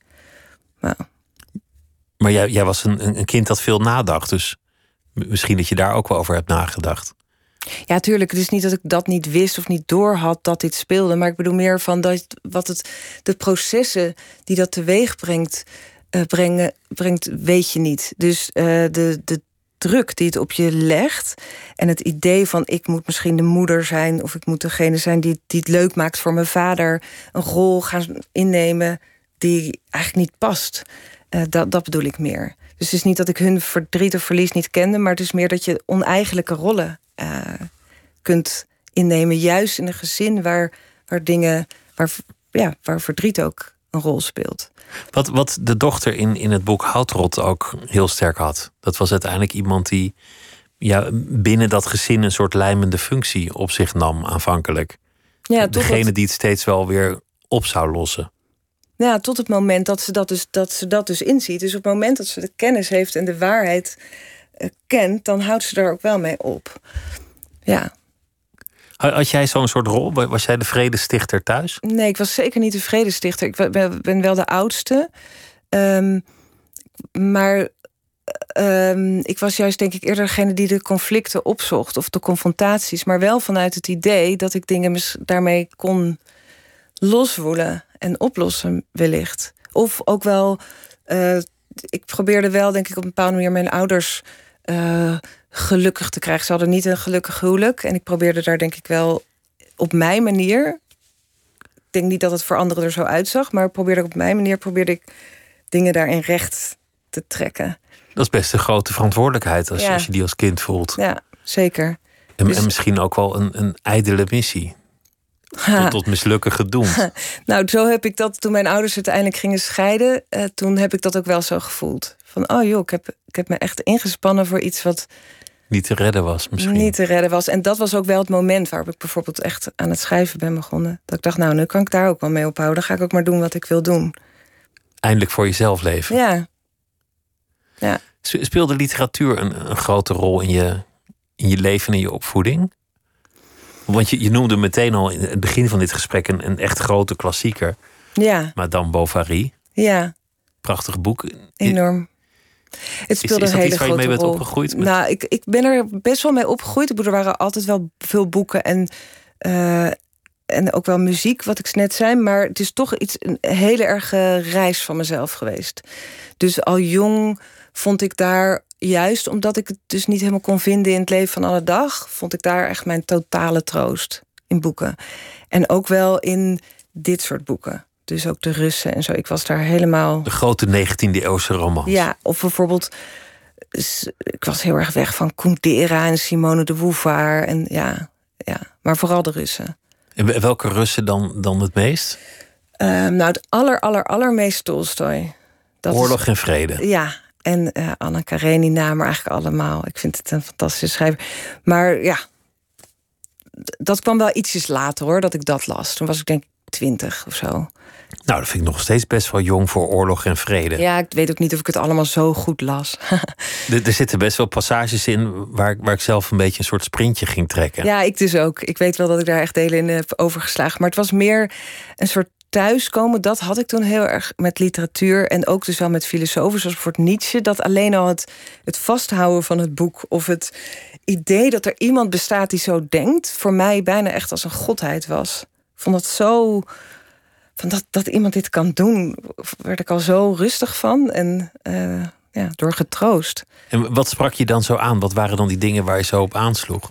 Maar jij was een kind dat veel nadacht. Dus misschien dat je daar ook wel over hebt nagedacht. Ja, tuurlijk. Het is niet dat ik dat niet wist of niet doorhad dat dit speelde. Maar ik bedoel meer van de processen die dat teweeg brengt, weet je niet. Dus de druk die het op je legt en het idee van ik moet misschien de moeder zijn of ik moet degene zijn die het leuk maakt voor mijn vader, een rol gaan innemen die eigenlijk niet past. Dat bedoel ik meer. Dus het is niet dat ik hun verdriet of verlies niet kende, maar het is meer dat je oneigenlijke rollen kunt innemen, juist in een gezin waar verdriet ook een rol speelt. Wat de dochter in het boek Houtrot ook heel sterk had. Dat was uiteindelijk iemand die binnen dat gezin een soort lijmende functie op zich nam aanvankelijk. Ja, degene die het steeds wel weer op zou lossen. Ja, tot het moment dat ze dat dus inziet. Dus op het moment dat ze de kennis heeft en de waarheid kent, dan houdt ze daar ook wel mee op. Ja. Had jij zo'n soort rol? Was jij de vredestichter thuis? Nee, ik was zeker niet de vredestichter. Ik ben wel de oudste. Maar ik was juist denk ik eerder degene die de conflicten opzocht of de confrontaties. Maar wel vanuit het idee dat ik dingen daarmee kon loswoelen en oplossen wellicht. Of ook wel, ik probeerde wel denk ik op een bepaalde manier mijn ouders gelukkig te krijgen. Ze hadden niet een gelukkig huwelijk. En ik probeerde daar denk ik wel op mijn manier. Ik denk niet dat het voor anderen er zo uitzag. Maar op mijn manier probeerde ik dingen daarin recht te trekken. Dat is best een grote verantwoordelijkheid als je die als kind voelt. Ja, zeker. En misschien ook wel een ijdele missie. Tot mislukken gedoemd. Nou, zo heb ik dat toen mijn ouders uiteindelijk gingen scheiden. Toen heb ik dat ook wel zo gevoeld. Van, oh joh, ik heb me echt ingespannen voor iets wat niet te redden was misschien. Niet te redden was. En dat was ook wel het moment waarop ik bijvoorbeeld echt aan het schrijven ben begonnen. Dat ik dacht, nou, nu kan ik daar ook wel mee ophouden. Dan ga ik ook maar doen wat ik wil doen. Eindelijk voor jezelf leven. Ja. Speelde literatuur een grote rol in je leven en in je opvoeding? Want je noemde meteen al in het begin van dit gesprek een echt grote klassieker. Ja. Madame Bovary. Ja. Prachtig boek. Enorm. Het speelde een hele grote rol. Is dat iets waar je mee bent opgegroeid? Nou, ik ben er best wel mee opgegroeid. Er waren altijd wel veel boeken en ook wel muziek, wat ik net zei. Maar het is toch een hele erge reis van mezelf geweest. Dus al jong vond ik daar, juist omdat ik het dus niet helemaal kon vinden in het leven van alle dag, vond ik daar echt mijn totale troost in boeken. En ook wel in dit soort boeken. Dus ook de Russen en zo. Ik was daar helemaal... De grote 19e-eeuwse romans. Ja, of bijvoorbeeld... Ik was heel erg weg van Kundera en Simone de Beauvoir. En ja. Maar vooral de Russen. En welke Russen dan het meest? Nou, het allermeest Tolstoj. Oorlog en Vrede. Ja, en Anna Karenina, maar eigenlijk allemaal. Ik vind het een fantastische schrijver. Maar ja, dat kwam wel ietsjes later hoor, dat ik dat las. Toen was ik denk ik 20 of zo. Nou, dat vind ik nog steeds best wel jong voor Oorlog en Vrede. Ja, ik weet ook niet of ik het allemaal zo goed las. Er zitten best wel passages in waar ik zelf een beetje een soort sprintje ging trekken. Ja, ik dus ook. Ik weet wel dat ik daar echt delen in heb overgeslagen. Maar het was meer een soort thuiskomen. Dat had ik toen heel erg met literatuur. En ook dus wel met filosofen, zoals bijvoorbeeld Nietzsche. Dat alleen al het vasthouden van het boek, of het idee dat er iemand bestaat die zo denkt, voor mij bijna echt als een godheid was. Ik vond het zo... Van dat iemand dit kan doen, werd ik al zo rustig van en door getroost. En wat sprak je dan zo aan? Wat waren dan die dingen waar je zo op aansloeg?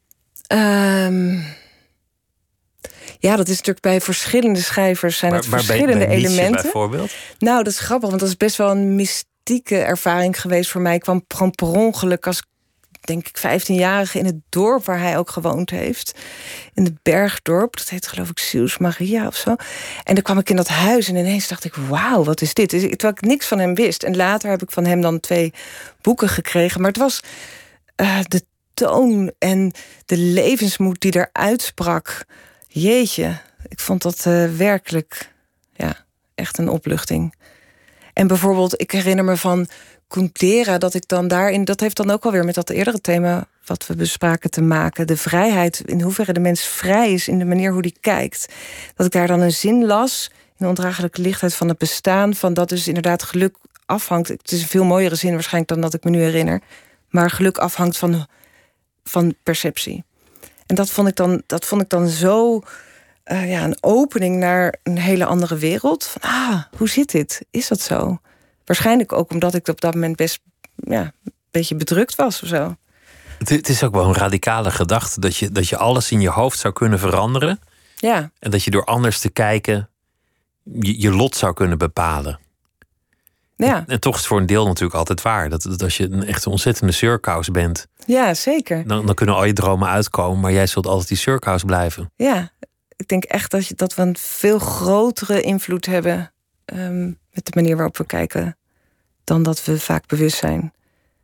Ja, dat is natuurlijk bij verschillende schrijvers zijn het verschillende bij elementen. Bijvoorbeeld? Nou, dat is grappig, want dat is best wel een mystieke ervaring geweest voor mij. Ik kwam gewoon per ongeluk als denk ik 15-jarige in het dorp waar hij ook gewoond heeft. In het Bergdorp. Dat heet geloof ik Sils Maria of zo. En dan kwam ik in dat huis en ineens dacht ik, wauw, wat is dit? Terwijl ik niks van hem wist. En later heb ik van hem dan 2 boeken gekregen. Maar het was de toon en de levensmoed die eruit sprak. Jeetje, ik vond dat werkelijk echt een opluchting. En bijvoorbeeld, ik herinner me van Kundera dat ik dan daarin... dat heeft dan ook alweer met dat eerdere thema wat we bespraken te maken. De vrijheid, in hoeverre de mens vrij is in de manier hoe die kijkt. Dat ik daar dan een zin las in de ondraaglijke lichtheid van het bestaan, van dat dus inderdaad geluk afhangt. Het is een veel mooiere zin waarschijnlijk dan dat ik me nu herinner. Maar geluk afhangt van perceptie. En dat vond ik dan zo een opening naar een hele andere wereld. Van, hoe zit dit? Is dat zo? Waarschijnlijk ook omdat ik op dat moment best een beetje bedrukt was of zo. Het is ook wel een radicale gedachte dat je alles in je hoofd zou kunnen veranderen. Ja. En dat je door anders te kijken je lot zou kunnen bepalen. Ja. En toch is het voor een deel natuurlijk altijd waar. Dat als je een echt ontzettende surkous bent. Ja, zeker. Dan kunnen al je dromen uitkomen, maar jij zult altijd die surkous blijven. Ja, ik denk echt dat we een veel grotere invloed hebben met de manier waarop we kijken dan dat we vaak bewust zijn.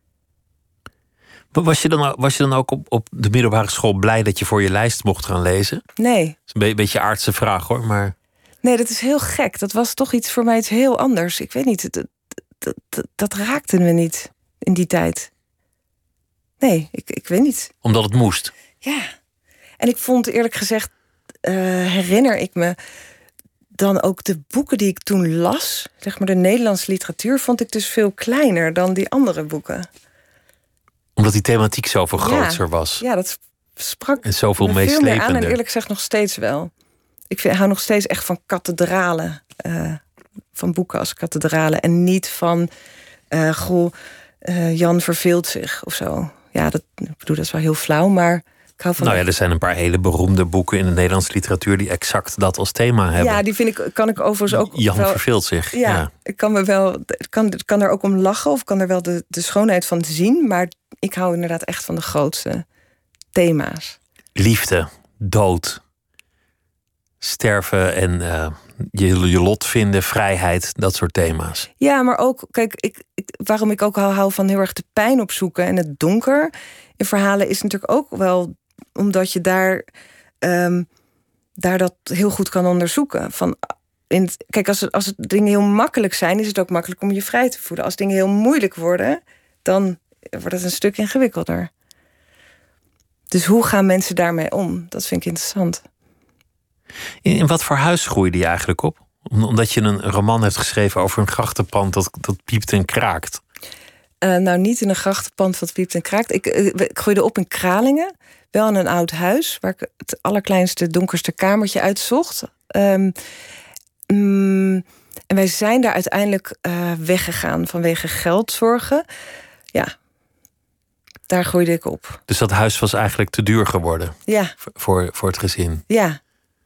Was je dan ook op de middelbare school blij dat je voor je lijst mocht gaan lezen? Nee. Dat is een beetje aardse vraag hoor, maar... Nee, dat is heel gek. Dat was toch iets voor mij iets heel anders. Ik weet niet, dat raakte me niet in die tijd. Nee, ik weet niet. Omdat het moest? Ja. En ik vond eerlijk gezegd, herinner ik me dan ook de boeken die ik toen las, zeg maar de Nederlandse literatuur, vond ik dus veel kleiner dan die andere boeken. Omdat die thematiek zoveel groter was. Ja, dat sprak en zoveel me veel meer aan. En meeslepender. eerlijk gezegd nog steeds wel. Ik hou nog steeds echt van kathedralen. Van boeken als kathedralen. En niet van, Jan verveelt zich of zo. Ja, dat is wel heel flauw, maar ik hou van... Nou ja, er zijn een paar hele beroemde boeken in de Nederlandse literatuur die exact dat als thema hebben. Ja, die kan ik overigens ook Jan wel... verveelt zich. Ja, ik kan er ook om lachen of kan er wel de schoonheid van zien. Maar ik hou inderdaad echt van de grootste thema's. Liefde, dood, sterven en je lot vinden, vrijheid, dat soort thema's. Ja, maar ook, kijk, waarom ik ook hou van heel erg de pijn opzoeken en het donker in verhalen is natuurlijk ook wel omdat je daar dat heel goed kan onderzoeken. Kijk, als het dingen heel makkelijk zijn, is het ook makkelijk om je vrij te voelen. Als dingen heel moeilijk worden, dan wordt het een stuk ingewikkelder. Dus hoe gaan mensen daarmee om? Dat vind ik interessant. In wat voor huis groeide je eigenlijk op? Omdat je een roman hebt geschreven over een grachtenpand dat piept en kraakt. Nou, niet in een grachtenpand wat piept en kraakt. Ik groeide op in Kralingen. Wel in een oud huis, waar ik het allerkleinste, donkerste kamertje uitzocht. En wij zijn daar uiteindelijk weggegaan vanwege geldzorgen. Ja, daar groeide ik op. Dus dat huis was eigenlijk te duur geworden? Ja. Voor het gezin? Ja.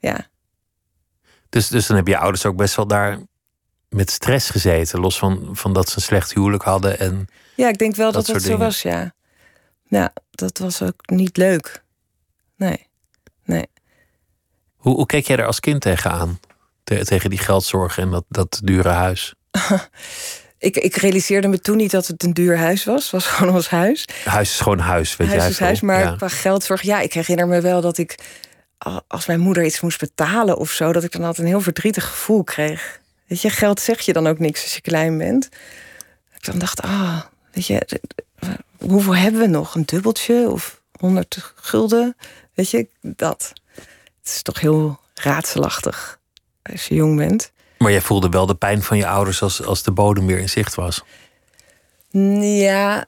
Dus dan heb je ouders ook best wel daar met stress gezeten. Los van dat ze een slecht huwelijk hadden. En ja, ik denk wel dat het zo dingen. was, ja. Ja, dat was ook niet leuk. Nee. Hoe keek jij er als kind tegenaan? Tegen die geldzorgen en dat dure huis? Ik realiseerde me toen niet dat het een duur huis was. Het was gewoon ons huis. Huis is gewoon huis, weet jij Huis is veel. huis, maar Ja. qua geldzorg... Ja, ik herinner me wel dat ik... Als mijn moeder iets moest betalen of zo... dat ik dan altijd een heel verdrietig gevoel kreeg. Weet je, geld zeg je dan ook niks als je klein bent. Ik dan dacht, weet je... Hoeveel hebben we nog? Een dubbeltje of 100 gulden? Weet je, dat. Het is toch heel raadselachtig als je jong bent. Maar jij voelde wel de pijn van je ouders als de bodem weer in zicht was. Ja,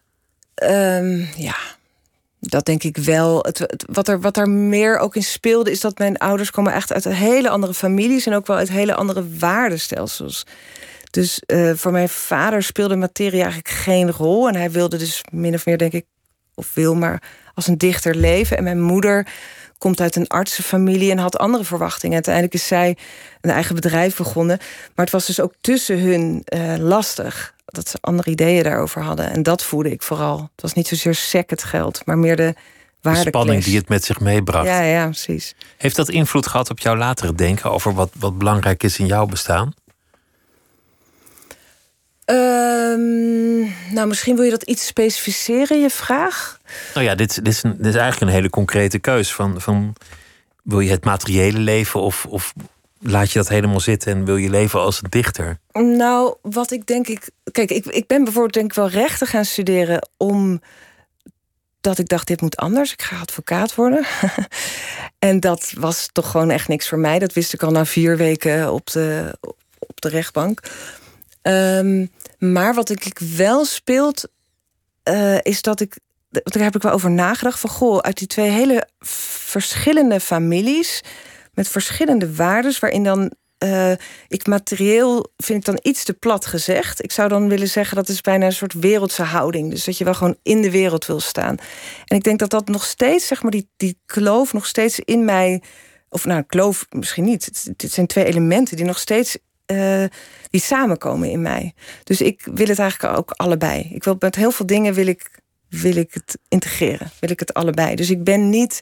dat denk ik wel. Wat er meer ook in speelde... is dat mijn ouders komen echt uit hele andere families... en ook wel uit hele andere waardestelsels. Dus voor mijn vader speelde materie eigenlijk geen rol. En hij wilde dus min of meer, denk ik... of wil maar als een dichter leven. En mijn moeder komt uit een artsenfamilie en had andere verwachtingen. Uiteindelijk is zij een eigen bedrijf begonnen. Maar het was dus ook tussen hun lastig. Dat ze andere ideeën daarover hadden. En dat voelde ik vooral. Het was niet zozeer het geld, maar meer de spanning die het met zich meebracht. Ja, precies. Heeft dat invloed gehad op jouw latere denken over wat belangrijk is in jouw bestaan? Nou, misschien wil je dat iets specificeren, je vraag? Nou ja, dit is eigenlijk een hele concrete keus. Van wil je het materiële leven of laat je dat helemaal zitten en wil je leven als een dichter? Nou, wat ik denk Kijk, ik ben bijvoorbeeld denk ik wel rechten gaan studeren omdat ik dacht, dit moet anders. Ik ga advocaat worden. En dat was toch gewoon echt niks voor mij. Dat wist ik al na 4 weken op de rechtbank. Maar wat ik wel speelt, is dat daar heb ik wel over nagedacht. Van goh, uit die 2 hele verschillende families met verschillende waardes, waarin dan ik materieel vind ik dan iets te plat gezegd. Ik zou dan willen zeggen dat is bijna een soort wereldse houding. Dus dat je wel gewoon in de wereld wil staan. En ik denk dat dat nog steeds, zeg maar, die kloof nog steeds in mij, of nou, kloof misschien niet. Dit zijn 2 elementen die nog steeds die samenkomen in mij. Dus ik wil het eigenlijk ook allebei. Ik wil met heel veel dingen wil ik het integreren. Wil ik het allebei. Dus ik ben niet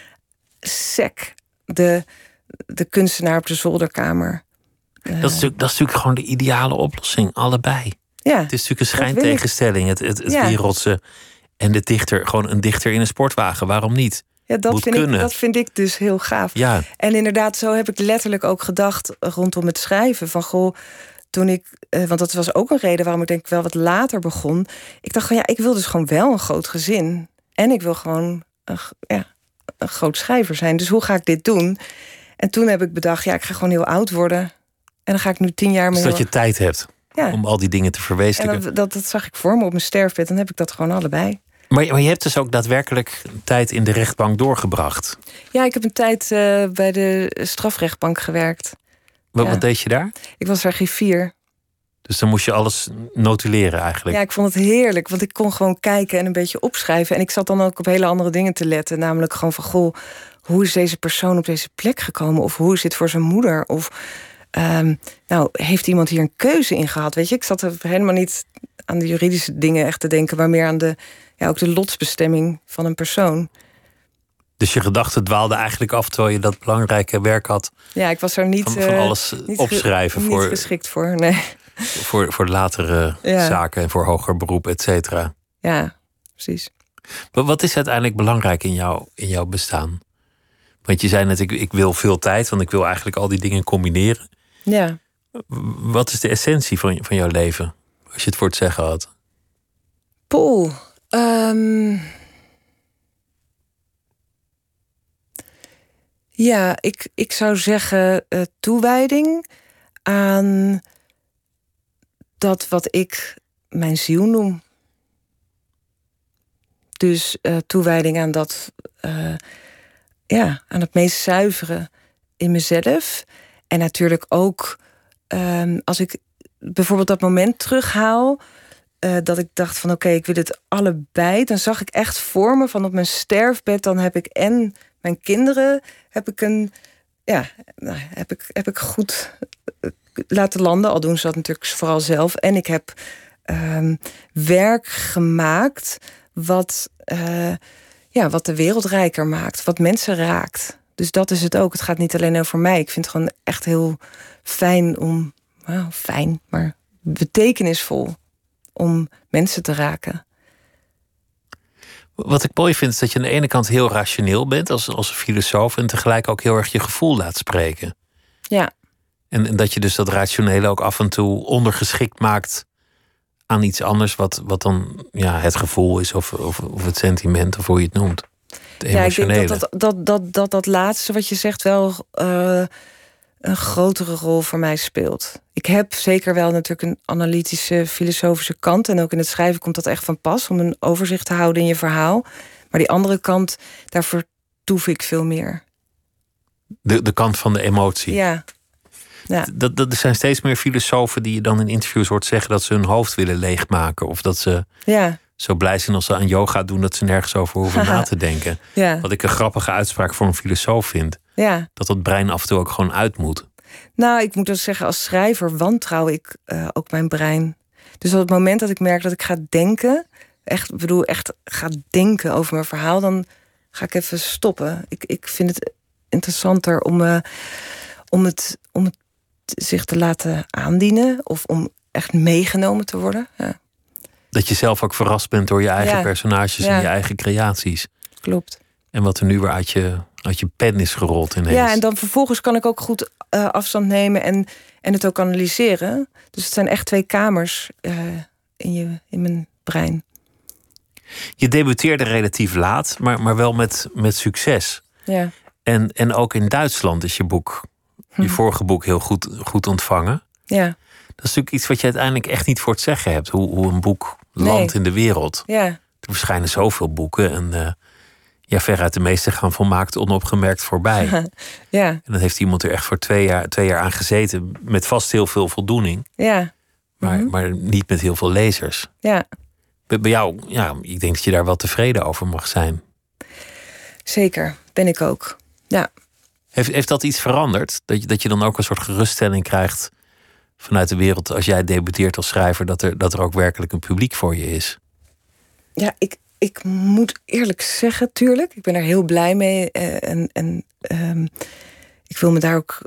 de kunstenaar op de zolderkamer. Dat is natuurlijk gewoon de ideale oplossing. Allebei. Ja, het is natuurlijk een schijntegenstelling. Het wereldse en de dichter. Gewoon een dichter in een sportwagen. Waarom niet? Ja, dat vind ik dus heel gaaf. Ja. En inderdaad, zo heb ik letterlijk ook gedacht rondom het schrijven. Van goh, toen ik, want dat was ook een reden waarom ik denk ik wel wat later begon. Ik dacht van ik wil dus gewoon wel een groot gezin. En ik wil gewoon een groot schrijver zijn. Dus hoe ga ik dit doen? En toen heb ik bedacht, ik ga gewoon heel oud worden. En dan ga ik nu 10 jaar mee. Dus dat je tijd hebt om al die dingen te verwezenlijken. En dat zag ik voor me op mijn sterfbed. Dan heb ik dat gewoon allebei. Maar je hebt dus ook daadwerkelijk tijd in de rechtbank doorgebracht. Ja, ik heb een tijd bij de strafrechtbank gewerkt. Wat deed je daar? Ik was griffier. Dus dan moest je alles notuleren eigenlijk? Ja, ik vond het heerlijk. Want ik kon gewoon kijken en een beetje opschrijven. En ik zat dan ook op hele andere dingen te letten. Namelijk gewoon van, goh, hoe is deze persoon op deze plek gekomen? Of hoe is dit voor zijn moeder? Of heeft iemand hier een keuze in gehad? Weet je, ik zat er helemaal niet aan de juridische dingen echt te denken, maar meer aan ook de lotsbestemming van een persoon. Dus je gedachten dwaalden eigenlijk af terwijl je dat belangrijke werk had. Ja, ik was er niet van alles opschrijven niet geschikt voor, nee. Voor latere zaken en voor hoger beroep, et cetera. Ja, precies. Maar wat is uiteindelijk belangrijk in jouw bestaan? Want je zei net, ik wil veel tijd, want ik wil eigenlijk al die dingen combineren. Ja. Wat is de essentie van jouw leven, als je het voor het zeggen had? Poeh. Ja, ik zou zeggen toewijding aan dat wat ik mijn ziel noem. Dus toewijding aan dat, aan het meest zuivere in mezelf. En natuurlijk ook als ik bijvoorbeeld dat moment terughaal, dat ik dacht van oké, ik wil het allebei. Dan zag ik echt voor me van op mijn sterfbed, dan heb ik en mijn kinderen heb ik goed laten landen. Al doen ze dat natuurlijk vooral zelf. En ik heb werk gemaakt wat de wereld rijker maakt. Wat mensen raakt. Dus dat is het ook. Het gaat niet alleen over mij. Ik vind het gewoon echt heel fijn om... maar betekenisvol om mensen te raken. Wat ik mooi vind is dat je aan de ene kant heel rationeel bent als filosoof en tegelijk ook heel erg je gevoel laat spreken. Ja. En dat je dus dat rationele ook af en toe ondergeschikt maakt aan iets anders wat dan het gevoel is of het sentiment of hoe je het noemt. Het emotionele. Ja, ik denk dat laatste wat je zegt wel een grotere rol voor mij speelt. Ik heb zeker wel natuurlijk een analytische, filosofische kant. En ook in het schrijven komt dat echt van pas, om een overzicht te houden in je verhaal. Maar die andere kant, daar vertoef ik veel meer. De kant van de emotie. Ja. Er zijn steeds meer filosofen die je dan in interviews hoort zeggen dat ze hun hoofd willen leegmaken. Of dat ze zo blij zijn als ze aan yoga doen dat ze nergens over hoeven na te denken. Ja. Wat ik een grappige uitspraak voor een filosoof vind. Ja. Dat brein af en toe ook gewoon uit moet. Nou, ik moet dus zeggen, als schrijver wantrouw ik ook mijn brein. Dus op het moment dat ik merk dat ik ga denken, echt ga denken over mijn verhaal, dan ga ik even stoppen. Ik vind het interessanter om het zich te laten aandienen of om echt meegenomen te worden. Ja. Dat je zelf ook verrast bent door je eigen personages en je eigen creaties. Klopt. En wat er nu weer uit je pen is gerold ineens. Ja, en dan vervolgens kan ik ook goed afstand nemen en het ook analyseren. Dus het zijn echt 2 kamers in mijn brein. Je debuteerde relatief laat, maar wel met succes. Ja. En ook in Duitsland is je vorige boek heel goed ontvangen. Ja. Dat is natuurlijk iets wat je uiteindelijk echt niet voor het zeggen hebt. Hoe een boek landt in de wereld. Ja. Er verschijnen zoveel boeken en veruit de meeste gaan volmaakt onopgemerkt voorbij. Ja. En dan heeft iemand er echt voor 2 jaar aan gezeten. Met vast heel veel voldoening. Ja. Maar niet met heel veel lezers. Ja. Bij jou, ik denk dat je daar wel tevreden over mag zijn. Zeker, ben ik ook. Ja. Heeft dat iets veranderd? Dat je dan ook een soort geruststelling krijgt vanuit de wereld als jij debuteert als schrijver, dat er ook werkelijk een publiek voor je is? Ja, ik moet eerlijk zeggen, tuurlijk. Ik ben er heel blij mee. Ik wil me daar ook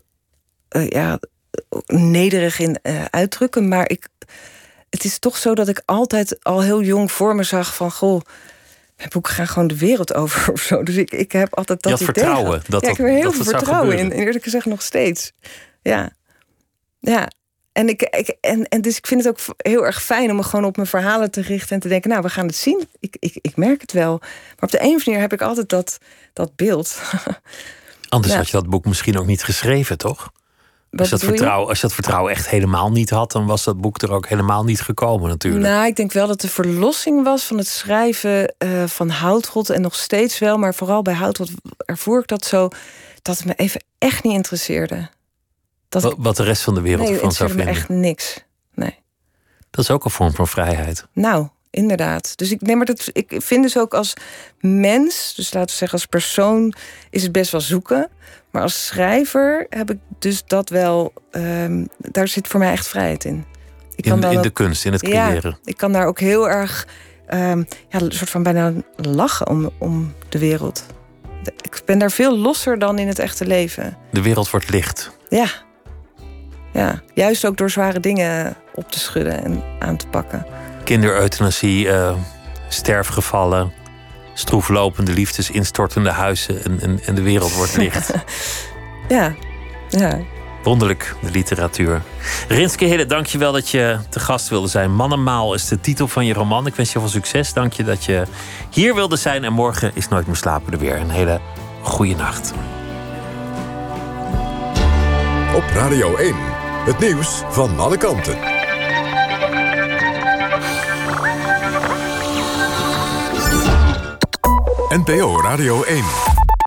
nederig in uitdrukken. Maar het is toch zo dat ik altijd al heel jong voor me zag van, goh, mijn boeken gaan gewoon de wereld over of zo. Dus ik heb altijd dat idee. Vertrouwen. Ik heb er heel veel vertrouwen in. En eerlijk gezegd nog steeds. Ja. Ja. En dus ik vind het ook heel erg fijn om me gewoon op mijn verhalen te richten en te denken, nou, we gaan het zien. Ik merk het wel. Maar op de een of andere manier heb ik altijd dat beeld. Anders had je dat boek misschien ook niet geschreven, toch? Als je dat vertrouwen echt helemaal niet had, dan was dat boek er ook helemaal niet gekomen natuurlijk. Nou, ik denk wel dat de verlossing was van het schrijven van Houtgod. En nog steeds wel, maar vooral bij Houtgod ervoer ik dat zo, dat het me even echt niet interesseerde. Wat de rest van de wereld ervan zou vinden. Echt niks. Nee. Dat is ook een vorm van vrijheid. Nou, inderdaad. Dus ik vind dus ook als mens, dus laten we zeggen als persoon, is het best wel zoeken. Maar als schrijver heb ik dus dat wel, daar zit voor mij echt vrijheid in. In de kunst, in het creëren. Ja, ik kan daar ook heel erg, een soort van bijna lachen om de wereld. Ik ben daar veel losser dan in het echte leven. De wereld wordt licht. Ja, juist ook door zware dingen op te schudden en aan te pakken. Kindereuthanasie, sterfgevallen, stroeflopende liefdes, instortende huizen en de wereld wordt licht. Ja. Wonderlijk, de literatuur. Rinske Hille, dank je wel dat je te gast wilde zijn. Mannenmaal is de titel van je roman. Ik wens je veel succes. Dank je dat je hier wilde zijn. En morgen is Nooit meer slapen er weer. Een hele goede nacht. Op Radio 1, het nieuws van alle kanten. NPO Radio 1.